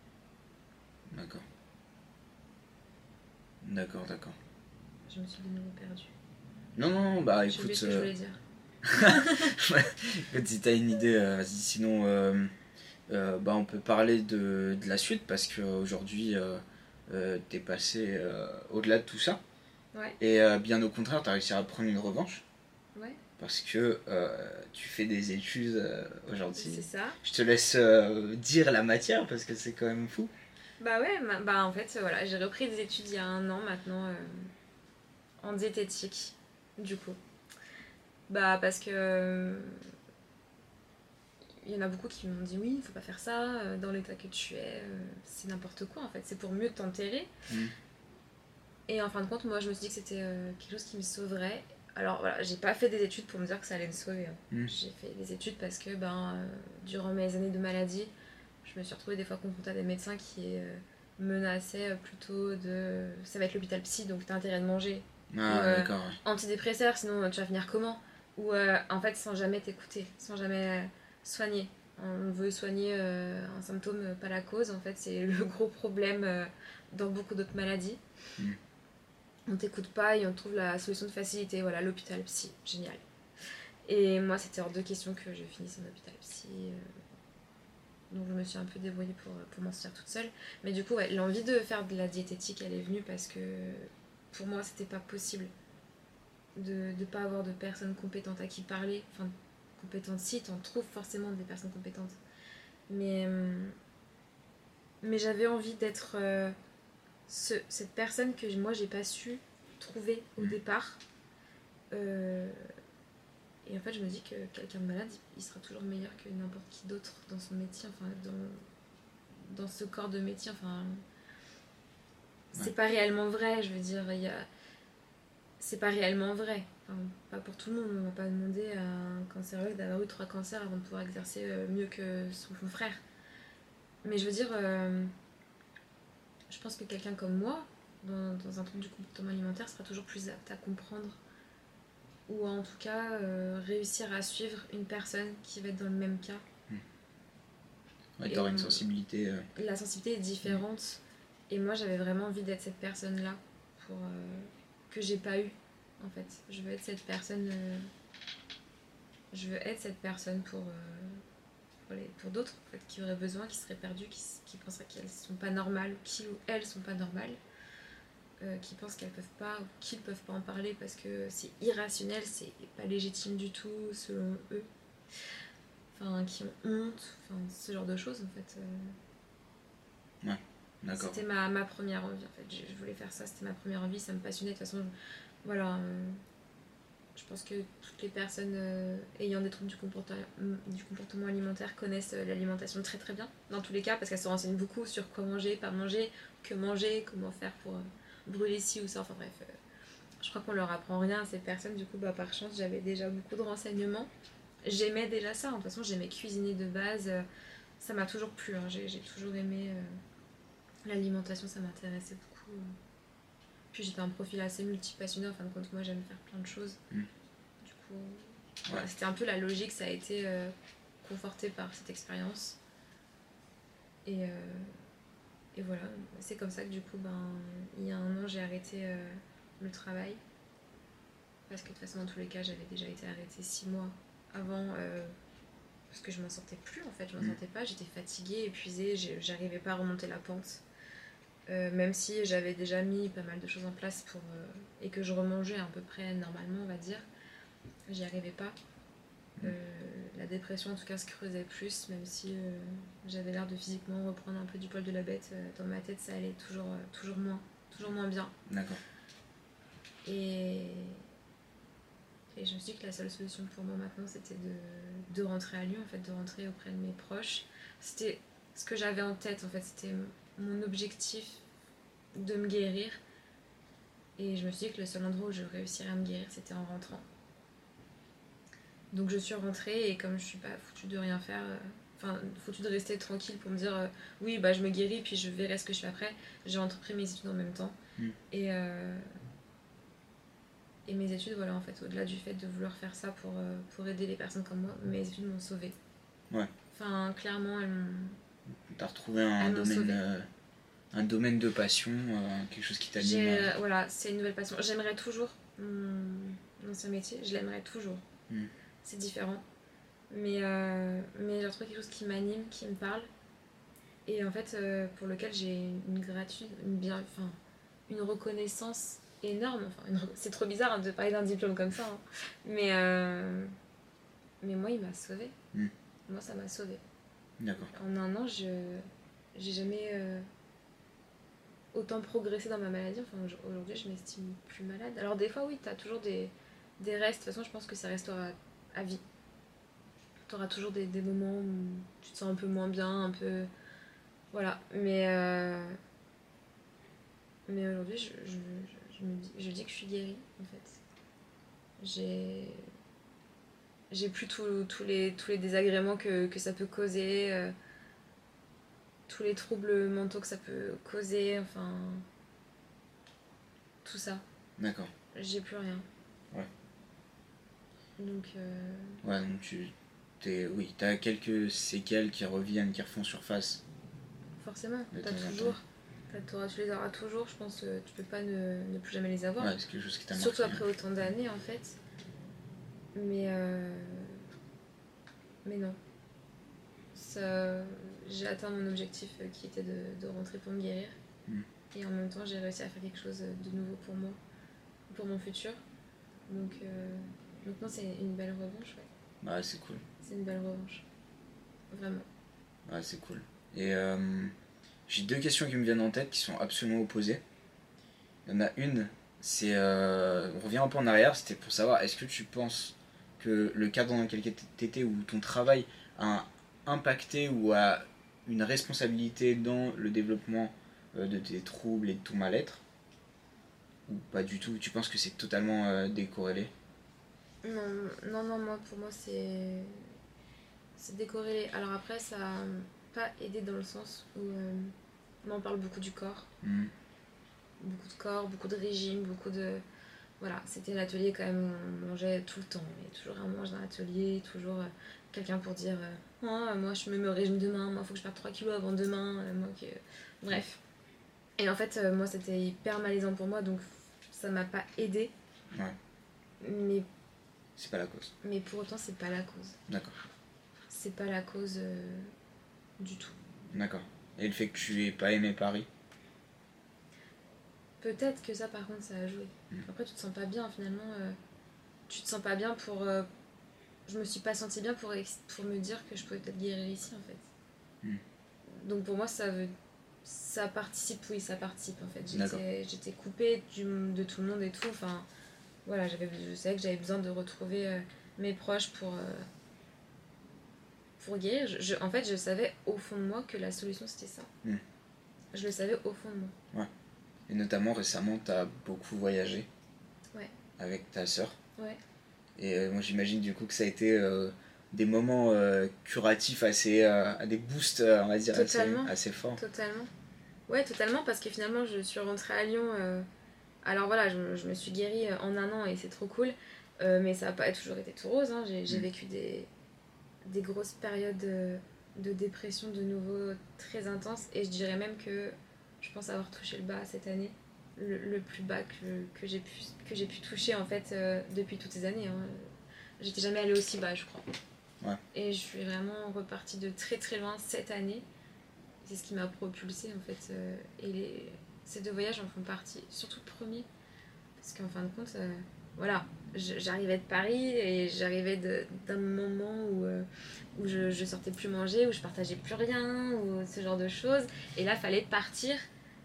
D'accord. Je me suis de nouveau perdue. Non, bah écoute. J'ai oublié ce que je voulais dire. Si t'as une idée, vas-y, sinon on peut parler de la suite parce qu'aujourd'hui t'es passé au-delà de tout ça. Et bien au contraire, t'as réussi à prendre une revanche. Parce que tu fais des études aujourd'hui. C'est ça. Je te laisse dire la matière parce que c'est quand même fou. Bah ouais, en fait, voilà, j'ai repris des études il y a 1 an maintenant en diététique, du coup. Bah parce que il y en a beaucoup qui m'ont dit oui, il faut pas faire ça, dans l'état que tu es, c'est n'importe quoi en fait, c'est pour mieux t'enterrer. Et en fin de compte, moi je me suis dit que c'était quelque chose qui me sauverait. Alors voilà, j'ai pas fait des études pour me dire que ça allait me sauver. J'ai fait des études parce que durant mes années de maladie, je me suis retrouvée des fois confrontée à des médecins qui menaçaient plutôt de ça va être l'hôpital psy donc t'as intérêt de manger. D'accord. Antidépresseur, sinon tu vas finir comment? Ou en fait sans jamais t'écouter, sans jamais soigner. On veut soigner un symptôme, pas la cause. En fait, c'est le gros problème dans beaucoup d'autres maladies. On t'écoute pas et on trouve la solution de facilité. Voilà, l'hôpital psy, génial. Et moi, c'était hors de question que je finisse en hôpital psy. Donc je me suis un peu débrouillée pour m'en sortir toute seule. Mais du coup, l'envie de faire de la diététique, elle est venue parce que pour moi, c'était pas possible de ne pas avoir de personnes compétentes à qui parler. Enfin, compétentes si, t'en trouves forcément des personnes compétentes. Mais j'avais envie d'être cette personne que moi, j'ai pas su trouver au départ. Et Et en fait, je me dis que quelqu'un de malade, il sera toujours meilleur que n'importe qui d'autre dans son métier, enfin, dans ce corps de métier. Enfin, c'est pas réellement vrai, je veux dire. C'est pas réellement vrai. Enfin, pas pour tout le monde. On va pas demander à un cancérologue d'avoir eu 3 cancers avant de pouvoir exercer mieux que son frère. Mais je veux dire, je pense que quelqu'un comme moi, dans un trouble du comportement alimentaire, sera toujours plus apte à comprendre ou en tout cas réussir à suivre une personne qui va être dans le même cas. Ouais, t'auras une sensibilité. La sensibilité est différente. Et moi, j'avais vraiment envie d'être cette personne-là pour que j'ai pas eu, en fait. Je veux être cette personne. Je veux être cette personne pour d'autres en fait, qui auraient besoin, qui seraient perdus, qui penseraient qu'elles sont pas normales, qui ou elles sont pas normales. Qui pensent qu'elles peuvent pas ou qu'ils peuvent pas en parler parce que c'est irrationnel, c'est pas légitime du tout selon eux. Enfin, qui ont honte, enfin, ce genre de choses en fait. Ouais, d'accord. C'était ma première envie en fait. Je voulais faire ça, c'était ma première envie, ça me passionnait. De toute façon, voilà. Je pense que toutes les personnes ayant des troubles du comportement alimentaire connaissent l'alimentation très très bien, dans tous les cas, parce qu'elles se renseignent beaucoup sur quoi manger, pas manger, que manger, comment faire pour brûler ci ou ça, enfin bref. Je crois qu'on leur apprend rien à ces personnes, du coup, bah, par chance, j'avais déjà beaucoup de renseignements. J'aimais déjà ça, de toute façon, j'aimais cuisiner de base, ça m'a toujours plu, hein. J'ai toujours aimé l'alimentation, ça m'intéressait beaucoup. Puis j'étais un profil assez multipassionné, en fin de compte, moi j'aime faire plein de choses. Du coup, voilà, c'était un peu la logique, ça a été conforté par cette expérience. Et voilà, c'est comme ça que du coup, il y a un an, j'ai arrêté le travail. Parce que de toute façon, dans tous les cas, j'avais déjà été arrêtée 6 mois avant. Parce que je m'en sentais plus en fait, je m'en sentais pas, j'étais fatiguée, épuisée, j'arrivais pas à remonter la pente. Même si j'avais déjà mis pas mal de choses en place et que je remangeais à peu près normalement, on va dire, j'y arrivais pas. La dépression en tout cas se creusait plus, même si j'avais l'air de physiquement reprendre un peu du poil de la bête. Dans ma tête, ça allait toujours moins bien. D'accord. Et je me suis dit que la seule solution pour moi maintenant, c'était de rentrer à Lyon, en fait, de rentrer auprès de mes proches. C'était ce que j'avais en tête, en fait, c'était mon objectif de me guérir. Et je me suis dit que le seul endroit où je réussirais à me guérir, c'était en rentrant. Donc je suis rentrée et comme je suis pas foutue de rien faire, foutue de rester tranquille pour me dire oui, bah je me guéris puis je verrai ce que je fais après, j'ai entrepris mes études en même temps. Et mes études, voilà, en fait, au-delà du fait de vouloir faire ça pour aider les personnes comme moi, mes études m'ont sauvée. Ouais. Enfin, clairement, elles m'ont... T'as retrouvé un domaine de passion, quelque chose qui t'anime. Voilà, c'est une nouvelle passion. J'aimerais toujours mon ancien métier, je l'aimerais toujours. C'est différent. Mais j'ai retrouvé quelque chose qui m'anime, qui me parle. Et en fait, pour lequel j'ai une gratitude, une reconnaissance énorme. C'est trop bizarre de parler d'un diplôme comme ça. Hein. Mais moi, il m'a sauvée. Moi, ça m'a sauvée. D'accord. En un an, j'ai jamais autant progressé dans ma maladie. Enfin, aujourd'hui, je m'estime plus malade. Alors des fois, oui, t'as toujours des restes. De toute façon, je pense que ça restera à vie. T'auras toujours des moments où tu te sens un peu moins bien, un peu... Voilà. Mais aujourd'hui, je dis que je suis guérie, en fait. J'ai plus tous les désagréments que ça peut causer, tous les troubles mentaux que ça peut causer, enfin... Tout ça. D'accord. J'ai plus rien. Ouais. Donc... Ouais, donc oui, t'as quelques séquelles qui reviennent, qui refont surface. Forcément, tu les auras toujours, je pense, tu peux pas ne plus jamais les avoir. Ouais, c'est quelque chose qui t'a marqué. Surtout après autant d'années, en fait. Mais non. J'ai atteint mon objectif qui était de rentrer pour me guérir. Et en même temps, j'ai réussi à faire quelque chose de nouveau pour moi, pour mon futur. Donc non, c'est une belle revanche, ouais. Ouais, c'est cool. C'est une belle revanche. Vraiment. Ouais, c'est cool. Et j'ai 2 questions qui me viennent en tête qui sont absolument opposées. Il y en a une, c'est... on revient un peu en arrière, c'était pour savoir, est-ce que tu penses que le cadre dans lequel t'étais ou ton travail a impacté ou a une responsabilité dans le développement de tes troubles et de ton mal-être? Ou pas du tout? Tu penses que c'est totalement décorrélé? Non, moi, pour moi, c'est décorrélé. Alors après, ça n'a pas aidé dans le sens où on parle beaucoup du corps. Beaucoup de corps, beaucoup de régime, beaucoup de... Voilà, c'était l'atelier quand même, on mangeait tout le temps. Il y a toujours un mange dans l'atelier, toujours quelqu'un pour dire moi je me mets au régime demain, moi il faut que je perde 3 kilos avant demain, bref. Et en fait, moi c'était hyper malaisant pour moi, donc ça m'a pas aidé. Ouais. Mais c'est pas la cause. Mais pour autant, c'est pas la cause. D'accord. C'est pas la cause du tout. D'accord. Et le fait que tu aies pas aimé Paris? Peut-être que ça, par contre, ça a joué. Après, tu te sens pas bien, finalement. Tu te sens pas bien pour... je me suis pas sentie bien pour me dire que je pouvais peut-être guérir ici, en fait. Donc pour moi, ça participe, oui, ça participe, en fait. J'étais coupée de tout le monde et tout. Enfin, voilà, je savais que j'avais besoin de retrouver mes proches pour guérir. En fait, je savais au fond de moi que la solution, c'était ça. Je le savais au fond de moi. Ouais. Et notamment, récemment, t'as beaucoup voyagé. Ouais. Avec ta sœur. Ouais. Et moi, j'imagine du coup que ça a été des moments curatifs assez... à des boosts, on va dire, assez forts. Totalement. Ouais, totalement, parce que finalement, je suis rentrée à Lyon... Alors voilà, je me suis guérie en 1 an et c'est trop cool. Mais ça n'a pas toujours été tout rose. Hein. J'ai vécu des grosses périodes de dépression de nouveau très intenses. Et je dirais même que je pense avoir touché le bas cette année. Le plus bas que j'ai pu toucher en fait depuis toutes ces années. Hein. J'étais jamais allée aussi bas, je crois. Ouais. Et je suis vraiment repartie de très très loin cette année. C'est ce qui m'a propulsée en fait. Ces 2 voyages en font partie, surtout le premier. Parce qu'en fin de compte, voilà, j'arrivais de Paris et j'arrivais d'un moment où je sortais plus manger, où je partageais plus rien, ou ce genre de choses. Et là, fallait partir.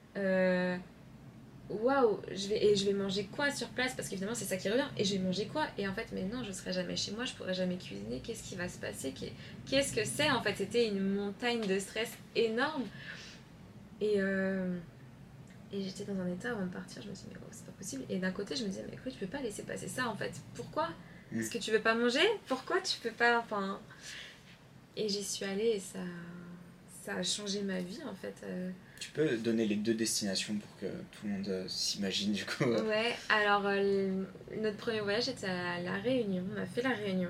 Waouh, je vais manger quoi sur place? Parce qu'évidemment, c'est ça qui revient. Et je vais manger quoi? Et en fait, mais non, je serai jamais chez moi, je pourrai jamais cuisiner. Qu'est-ce qui va se passer? Qu'est-ce que c'est? En fait, c'était une montagne de stress énorme. Et j'étais dans un état avant de partir, je me suis dit, mais oh, c'est pas possible. Et d'un côté, je me disais, mais écoute, tu peux pas laisser passer ça en fait. Pourquoi? Parce que tu veux pas manger? Pourquoi tu peux pas? Enfin... Et j'y suis allée et ça a changé ma vie en fait. Tu peux donner les 2 destinations pour que tout le monde s'imagine du coup? Ouais, alors notre premier voyage était à La Réunion. On a fait La Réunion.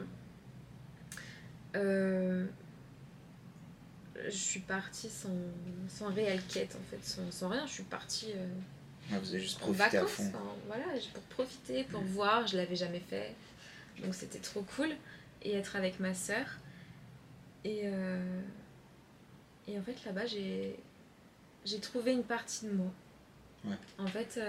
Je suis partie sans réelle quête en fait, sans rien. Je suis partie vous avez juste profité à fond. Enfin, voilà, pour profiter, pour voir. Je l'avais jamais fait, donc c'était trop cool. Et être avec ma sœur. Et en fait là-bas j'ai trouvé une partie de moi. Ouais. En fait,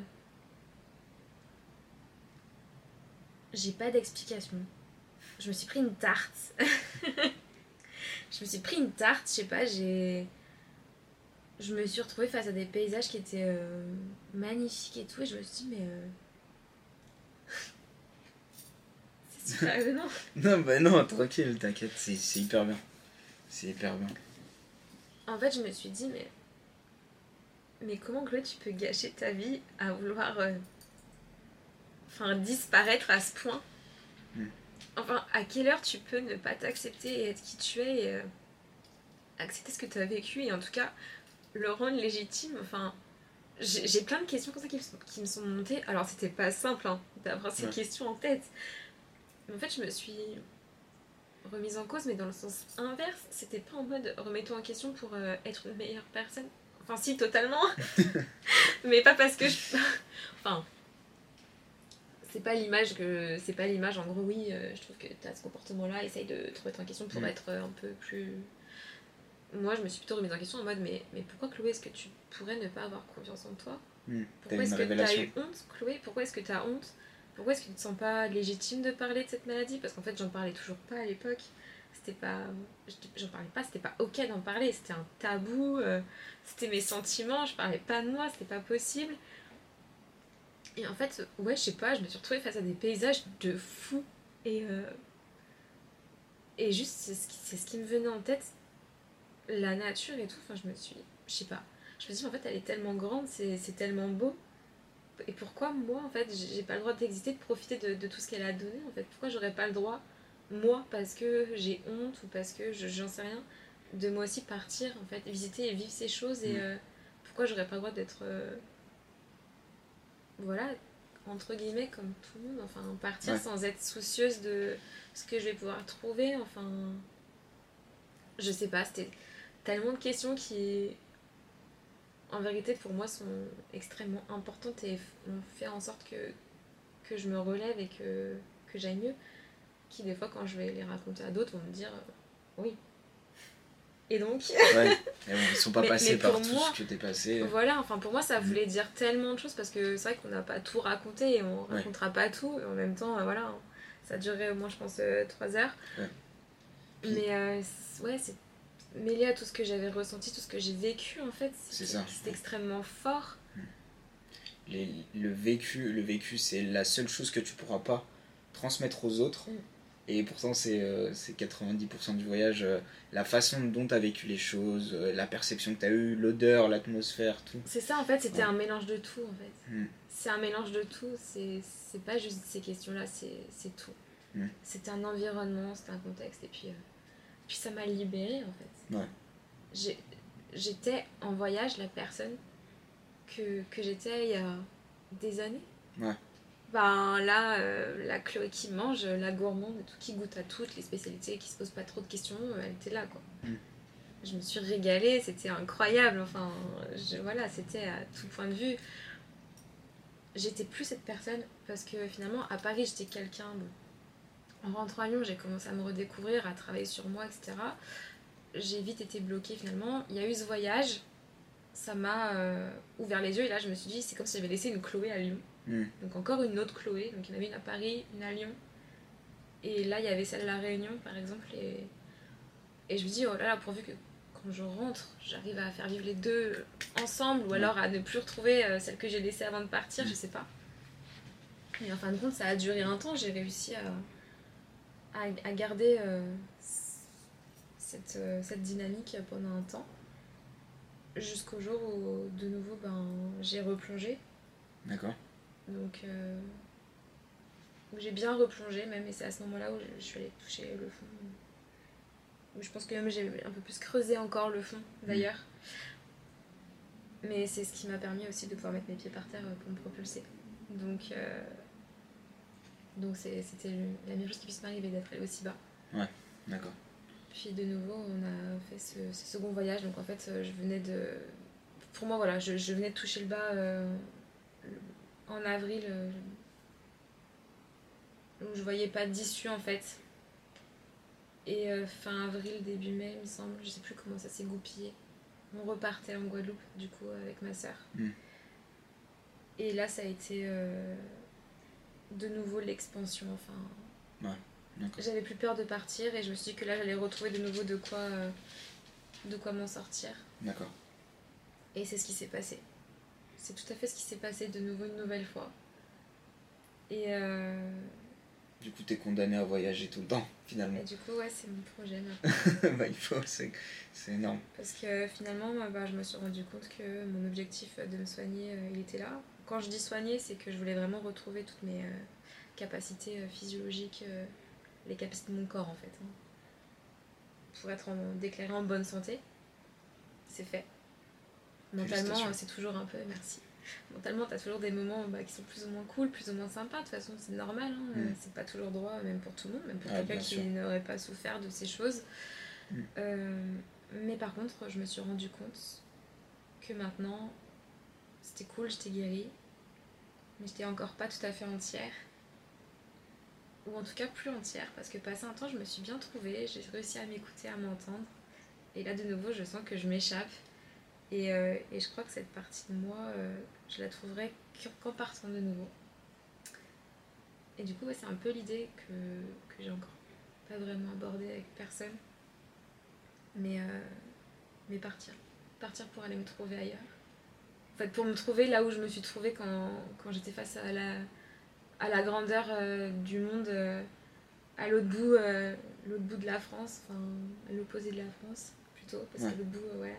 j'ai pas d'explication. Je me suis pris une tarte. Je sais pas, je me suis retrouvée face à des paysages qui étaient magnifiques et tout, et je me suis dit, mais... c'est super étonnant. Non, bah non, tranquille, t'inquiète, c'est hyper bien. C'est hyper bien. En fait, je me suis dit, mais comment, Chloé, tu peux gâcher ta vie à vouloir disparaître à ce point? Enfin, à quelle heure tu peux ne pas t'accepter et être qui tu es et accepter ce que tu as vécu et en tout cas le rendre légitime? Enfin, j'ai plein de questions comme ça qui me sont montées. Alors, c'était pas simple d'avoir ces questions en tête. Mais en fait, je me suis remise en cause, mais dans le sens inverse. C'était pas en mode remets-toi en question pour être une meilleure personne. Enfin, si, totalement. Mais pas parce que enfin... C'est pas l'image en gros, oui, je trouve que t'as ce comportement-là, essaye de te remettre en question pour être un peu plus... Moi, je me suis plutôt remise en question en mode, mais pourquoi, Chloé, est-ce que tu pourrais ne pas avoir confiance en toi? Pourquoi est-ce que t'as eu honte, Chloé? Pourquoi est-ce que t'as honte? Pourquoi est-ce que tu te sens pas légitime de parler de cette maladie? Parce qu'en fait, j'en parlais toujours pas à l'époque. J'en parlais pas, c'était pas ok d'en parler, c'était un tabou, c'était mes sentiments, je parlais pas de moi, c'était pas possible. Et en fait, ouais, je sais pas, je me suis retrouvée face à des paysages de fous. Et, et juste, c'est ce qui me venait en tête, la nature et tout. Enfin, je sais pas. Je me suis dit, en fait, elle est tellement grande, c'est tellement beau. Et pourquoi moi, en fait, j'ai pas le droit d'exister, de profiter de tout ce qu'elle a donné, en fait? Pourquoi j'aurais pas le droit, moi, parce que j'ai honte ou parce que j'en sais rien, de moi aussi partir, en fait, visiter et vivre ces choses et pourquoi j'aurais pas le droit d'être, voilà, entre guillemets, comme tout le monde, enfin, partir sans être soucieuse de ce que je vais pouvoir trouver, enfin, je sais pas, c'était tellement de questions qui, en vérité, pour moi, sont extrêmement importantes et ont fait en sorte que je me relève et que j'aille mieux. Qui, des fois, quand je vais les raconter à d'autres, vont me dire oui. Et donc. Ouais, et bon, ils sont pas passés par tout moi, ce que t'es passé. Voilà, enfin, pour moi, ça voulait dire tellement de choses parce que c'est vrai qu'on n'a pas tout raconté et on racontera pas tout. Et en même temps, voilà, ça a duré au moins, je pense, 3 heures. Ouais. Puis, mais ouais, c'est mêlé à tout ce que j'avais ressenti, tout ce que j'ai vécu, en fait. C'est extrêmement fort. Le vécu, c'est la seule chose que tu pourras pas transmettre aux autres. Et pourtant, c'est 90% du voyage, la façon dont tu as vécu les choses, la perception que tu as eue, l'odeur, l'atmosphère, tout. C'est ça, en fait, c'était un mélange de tout, en fait. C'est un mélange de tout, c'est pas juste ces questions-là, c'est tout. C'était un environnement, c'était un contexte, et puis ça m'a libérée, en fait. Ouais. J'étais en voyage la personne que j'étais il y a des années. Ouais. Ben là, la Chloé qui mange, la gourmande et tout, qui goûte à toutes les spécialités, qui se pose pas trop de questions, elle était là, quoi. Je me suis régalée, c'était incroyable, enfin, voilà, c'était à tout point de vue. J'étais plus cette personne, parce que finalement, à Paris, j'étais quelqu'un, bon, en rentrant à Lyon, j'ai commencé à me redécouvrir, à travailler sur moi, etc. J'ai vite été bloquée, finalement. Il y a eu ce voyage, ça m'a ouvert les yeux, et là, je me suis dit, c'est comme si j'avais laissé une Chloé à Lyon. Donc encore une autre Chloé, donc il y en avait une à Paris, une à Lyon. Et là, il y avait celle à La Réunion, par exemple, et je me dis, oh là là, pourvu que quand je rentre, j'arrive à faire vivre les deux ensemble, ou alors à ne plus retrouver celle que j'ai laissée avant de partir, je sais pas. Et en fin de compte, ça a duré un temps, j'ai réussi à garder cette dynamique pendant un temps, jusqu'au jour où, de nouveau, j'ai replongé. D'accord. Donc, où j'ai bien replongé même, et c'est à ce moment-là où je suis allée toucher le fond. Où je pense que même j'ai un peu plus creusé encore le fond, d'ailleurs. Mais c'est ce qui m'a permis aussi de pouvoir mettre mes pieds par terre pour me propulser. Donc c'était la meilleure chose qui puisse m'arriver, d'être allée aussi bas. Ouais, d'accord. Puis de nouveau, on a fait ce second voyage. Donc en fait, je venais de... Pour moi, voilà, je venais de toucher le bas en avril, où je voyais pas d'issue en fait. Et fin avril, début mai, il me semble, je sais plus comment ça s'est goupillé. On repartait en Guadeloupe, du coup, avec ma sœur. Et là, ça a été de nouveau l'expansion, enfin... Ouais, d'accord. J'avais plus peur de partir et je me suis dit que là, j'allais retrouver de nouveau de quoi m'en sortir. D'accord. Et c'est ce qui s'est passé. C'est tout à fait ce qui s'est passé de nouveau une nouvelle fois. Et du coup, t'es condamné à voyager tout le temps, finalement. Et du coup, ouais, c'est mon projet maintenant. Bah, il faut, c'est énorme. Parce que finalement, je me suis rendu compte que mon objectif de me soigner, il était là. Quand je dis soigner, c'est que je voulais vraiment retrouver toutes mes capacités physiologiques, les capacités de mon corps en fait. Pour être déclaré en bonne santé, c'est fait. Mentalement, c'est toujours un peu... Merci. Mentalement, t'as toujours des moments qui sont plus ou moins cool, plus ou moins sympas. De toute façon, c'est normal. C'est pas toujours droit, même pour tout le monde, même pour quelqu'un qui n'aurait pas souffert de ces choses. Mais par contre, je me suis rendu compte que maintenant, c'était cool, j'étais guérie, mais j'étais encore pas tout à fait entière. Ou en tout cas plus entière, parce que passé un temps, je me suis bien trouvée, j'ai réussi à m'écouter, à m'entendre. Et là, de nouveau, je sens que je m'échappe. Et je crois que cette partie de moi, je la trouverai qu'en partant de nouveau. Et du coup, c'est un peu l'idée que j'ai encore pas vraiment abordée avec personne. Mais partir. Partir pour aller me trouver ailleurs. En fait, pour me trouver là où je me suis trouvée quand j'étais face à la grandeur du monde à l'autre bout de la France, enfin à l'opposé de la France plutôt, parce que l'autre bout, voilà.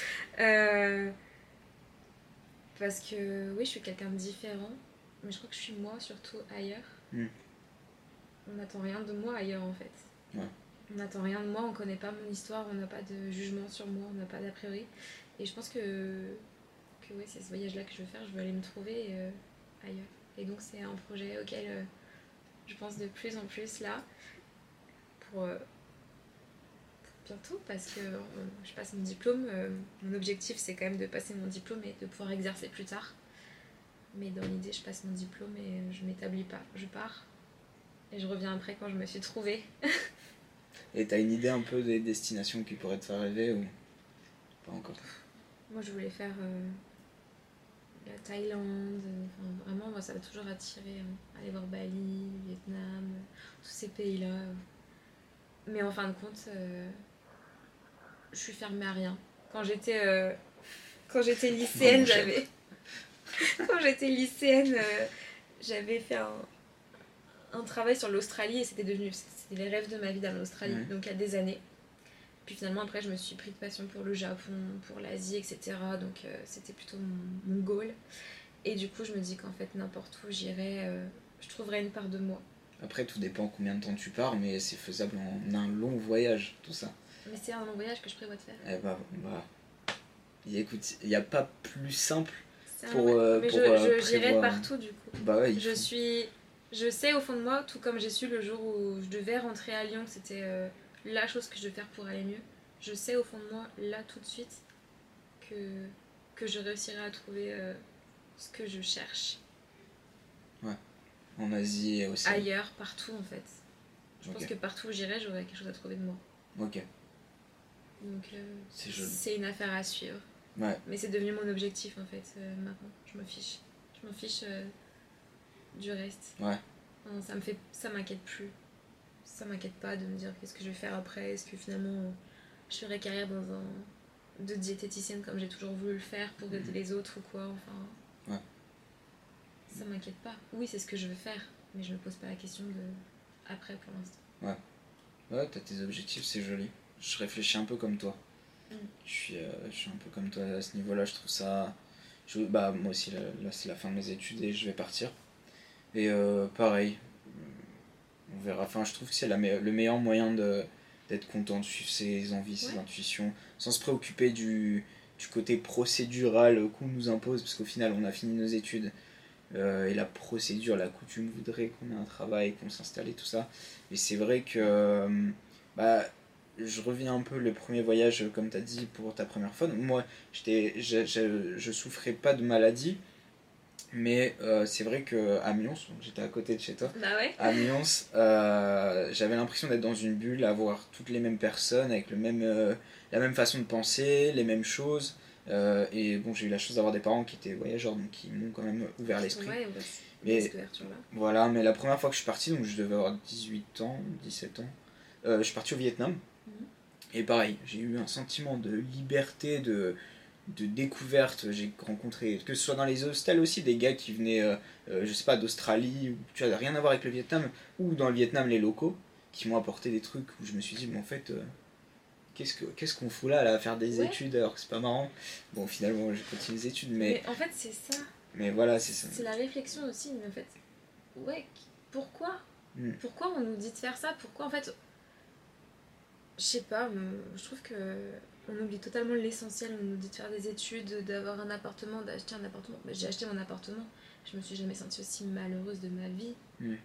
Parce que oui, je suis quelqu'un de différent, mais je crois que je suis moi surtout ailleurs. On n'attend rien de moi ailleurs en fait. On n'attend rien de moi, on connaît pas mon histoire, on n'a pas de jugement sur moi, on n'a pas d'a priori. Et je pense que oui, c'est ce voyage-là que je veux faire, je veux aller me trouver ailleurs. Et donc c'est un projet auquel je pense de plus en plus là, pour bientôt, parce que je passe mon diplôme. Mon objectif c'est quand même de passer mon diplôme et de pouvoir exercer plus tard. Mais dans l'idée, je passe mon diplôme et je m'établis pas, je pars. Et je reviens après quand je me suis trouvée. Et t'as une idée un peu des destinations qui pourraient te faire rêver ou pas encore? Moi je voulais faire la Thaïlande, vraiment moi ça m'a toujours attiré, aller voir Bali, Vietnam, tous ces pays-là. Mais en fin de compte, je suis fermée à rien. Quand j'étais lycéenne, j'avais fait un travail sur l'Australie et c'était les rêves de ma vie dans l'Australie, donc il y a des années. Puis finalement après je me suis pris de passion pour le Japon, pour l'Asie, etc. Donc c'était plutôt mon goal. Et du coup je me dis qu'en fait n'importe où j'irai, je trouverai une part de moi. Après tout dépend combien de temps tu pars, mais c'est faisable en un long voyage, tout ça. Mais c'est un long voyage que je prévois de faire. Eh bah. Écoute, il n'y a pas plus simple mais j'irai prévoir... partout du coup. Bah ouais, je sais au fond de moi, tout comme j'ai su le jour où je devais rentrer à Lyon, que c'était la chose que je devais faire pour aller mieux. Je sais au fond de moi, là tout de suite, que je réussirai à trouver ce que je cherche. Ouais, en Asie et aussi. Ailleurs, partout en fait. Je pense que partout où j'irai, j'aurai quelque chose à trouver de moi. Ok. Donc c'est une affaire à suivre. Ouais. Mais c'est devenu mon objectif en fait, maintenant. Je m'en fiche. Je m'en fiche du reste. Ouais. Non, ça m'inquiète plus. Ça m'inquiète pas de me dire qu'est-ce que je vais faire après. Est-ce que finalement je ferai carrière de diététicienne comme j'ai toujours voulu le faire pour aider les autres ou quoi. Enfin. Ouais. Ça m'inquiète pas. Oui, c'est ce que je veux faire, mais je me pose pas la question de après pour l'instant. Ouais. Ouais, t'as tes objectifs, c'est joli. Je réfléchis un peu comme toi. Je suis un peu comme toi à ce niveau-là, je trouve ça... moi aussi, là c'est la fin de mes études et je vais partir. Et pareil, on verra. Enfin, je trouve que c'est le meilleur moyen d'être content, de suivre ses envies, ses intuitions, sans se préoccuper du côté procédural qu'on nous impose, parce qu'au final, on a fini nos études. Et la procédure, la coutume voudrait qu'on ait un travail, qu'on s'installe et tout ça. Et c'est vrai que... je reviens un peu le premier voyage, comme tu as dit, pour ta première fois. Donc moi, je souffrais pas de maladie, mais c'est vrai qu'à Mions, donc j'étais à côté de chez toi, à Mions, j'avais l'impression d'être dans une bulle, à voir toutes les mêmes personnes, avec la même façon de penser, les mêmes choses. Et bon, j'ai eu la chance d'avoir des parents qui étaient voyageurs, donc qui m'ont quand même ouvert l'esprit. Mais voilà, mais la première fois que je suis parti, donc je devais avoir 18 ans, 17 ans, je suis parti au Vietnam. Et pareil, j'ai eu un sentiment de liberté, de découverte. J'ai rencontré, que ce soit dans les hostels aussi, des gars qui venaient, je sais pas, d'Australie, ou tu vois, rien à voir avec le Vietnam, ou dans le Vietnam, les locaux, qui m'ont apporté des trucs où je me suis dit, mais en fait, qu'est-ce qu'on fout là, à faire des études alors que c'est pas marrant. Bon, finalement, j'ai continué les études, mais en fait, c'est ça. Mais voilà, c'est ça. C'est la réflexion aussi, mais en fait, pourquoi Pourquoi on nous dit de faire ça? Pourquoi en fait... Je sais pas, je trouve que on oublie totalement l'essentiel. On nous dit de faire des études, d'avoir un appartement, d'acheter un appartement. J'ai acheté mon appartement, je me suis jamais sentie aussi malheureuse de ma vie.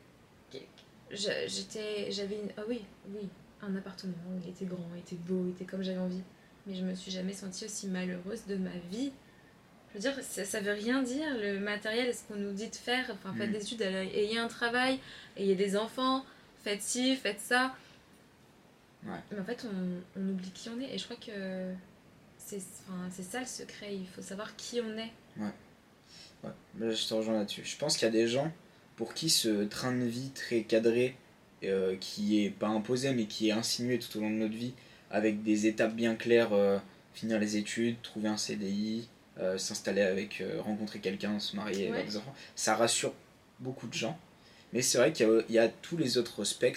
Un appartement, il était grand, il était beau, il était comme j'avais envie, mais je me suis jamais sentie aussi malheureuse de ma vie. Je veux dire, ça veut rien dire, le matériel, ce qu'on nous dit de faire. Enfin, faites des études, ayez un travail, ayez des enfants, faites ci, faites ça. Mais en fait, on oublie qui on est, et je crois que c'est ça le secret. Il faut savoir qui on est. Là, je te rejoins là-dessus. Je pense qu'il y a des gens pour qui ce train de vie très cadré, qui est pas imposé mais qui est insinué tout au long de notre vie, avec des étapes bien claires, finir les études, trouver un CDI, s'installer avec, rencontrer quelqu'un, se marier, avoir des enfants, ça rassure beaucoup de gens. Mais c'est vrai qu'il y a tous les autres spectres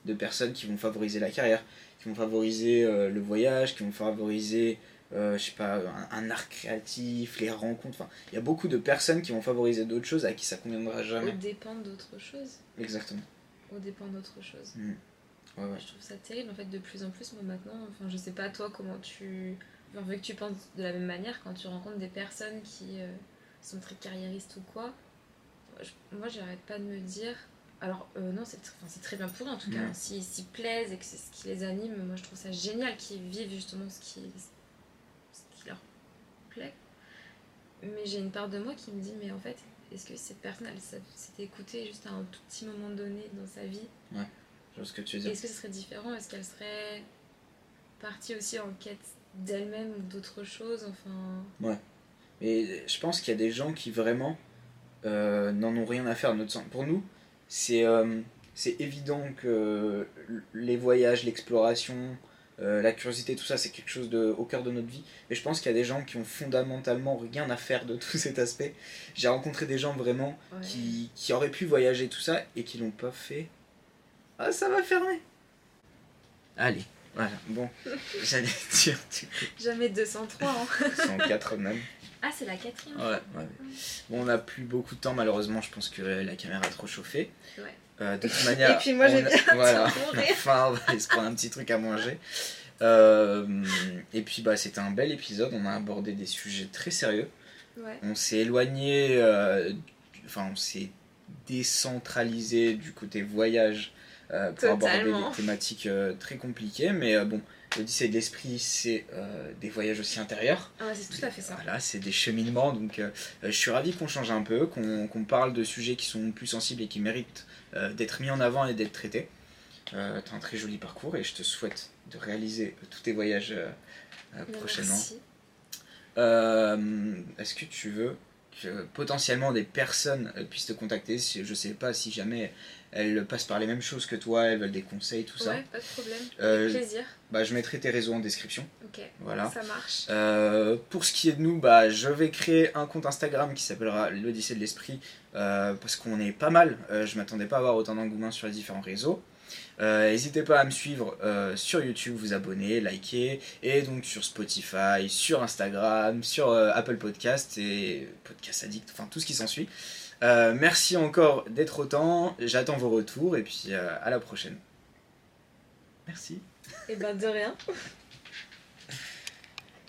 de personnes qui vont favoriser la carrière, qui vont favoriser le voyage, qui vont favoriser je sais pas, un art créatif, les rencontres. Enfin, il y a beaucoup de personnes qui vont favoriser d'autres choses à qui ça conviendra jamais. Au dépend d'autre chose. Exactement. Au dépend d'autre chose. Ouais, ouais. Je trouve ça terrible en fait de plus en plus. Moi maintenant, enfin je sais pas toi comment tu. Enfin, vu que tu penses de la même manière quand tu rencontres des personnes qui sont très carriéristes ou quoi. Moi j'arrête pas de me dire. Alors non, c'est très bien pour eux en tout cas. S'ils s'y plaisent et que c'est ce qui les anime, moi je trouve ça génial qu'ils vivent justement ce qui leur plaît. Mais j'ai une part de moi qui me dit, mais en fait, est-ce que cette personne, elle s'était écoutée juste à un tout petit moment donné dans sa vie? Ouais, je vois ce que tu veux dire. Est-ce que ce serait différent? Est-ce qu'elle serait partie aussi en quête d'elle-même ou d'autre chose? Enfin... Ouais. Et je pense qu'il y a des gens qui vraiment n'en ont rien à faire de notre sens. Pour nous, c'est évident que les voyages, l'exploration, la curiosité, tout ça, c'est quelque chose au cœur de notre vie. Mais je pense qu'il y a des gens qui ont fondamentalement rien à faire de tout cet aspect. J'ai rencontré des gens vraiment qui auraient pu voyager, tout ça, et qui l'ont pas fait. Ah, ça va fermer. Allez, voilà, bon, j'allais dire. Jamais 203, hein. 104 même. Ah, c'est la 4e. Ouais. Bon, on n'a plus beaucoup de temps, malheureusement, je pense que la caméra a trop chauffé. Ouais. De toute manière, et puis moi j'ai bien voilà. Enfin, on va aller se prendre un petit truc à manger. Et puis c'était un bel épisode, on a abordé des sujets très sérieux. Ouais. On s'est éloigné, on s'est décentralisé du côté voyage pour aborder des thématiques très compliquées. Mais bon, l'Odyssée de l'Esprit, c'est des voyages aussi intérieurs. Ah ouais, c'est tout à fait ça. Voilà, c'est des cheminements, donc je suis ravi qu'on change un peu, qu'on parle de sujets qui sont plus sensibles et qui méritent d'être mis en avant et d'être traités. T'as un très joli parcours et je te souhaite de réaliser tous tes voyages prochainement. Merci. Est-ce que tu veux que potentiellement des personnes puissent te contacter? Je sais pas si jamais elles passent par les mêmes choses que toi, elles veulent des conseils, tout ça. Ouais, pas de problème. Avec plaisir. Je mettrai tes réseaux en description. Ok, voilà. Ça marche. Pour ce qui est de nous, je vais créer un compte Instagram qui s'appellera l'Odyssée de l'Esprit parce qu'on est pas mal. Je m'attendais pas à avoir autant d'engouement sur les différents réseaux. N'hésitez pas à me suivre sur YouTube, vous abonner, liker, et donc sur Spotify, sur Instagram, sur Apple Podcast et Podcast Addict, enfin tout ce qui s'ensuit. Merci encore d'être autant, j'attends vos retours et puis à la prochaine. Merci. Et de rien.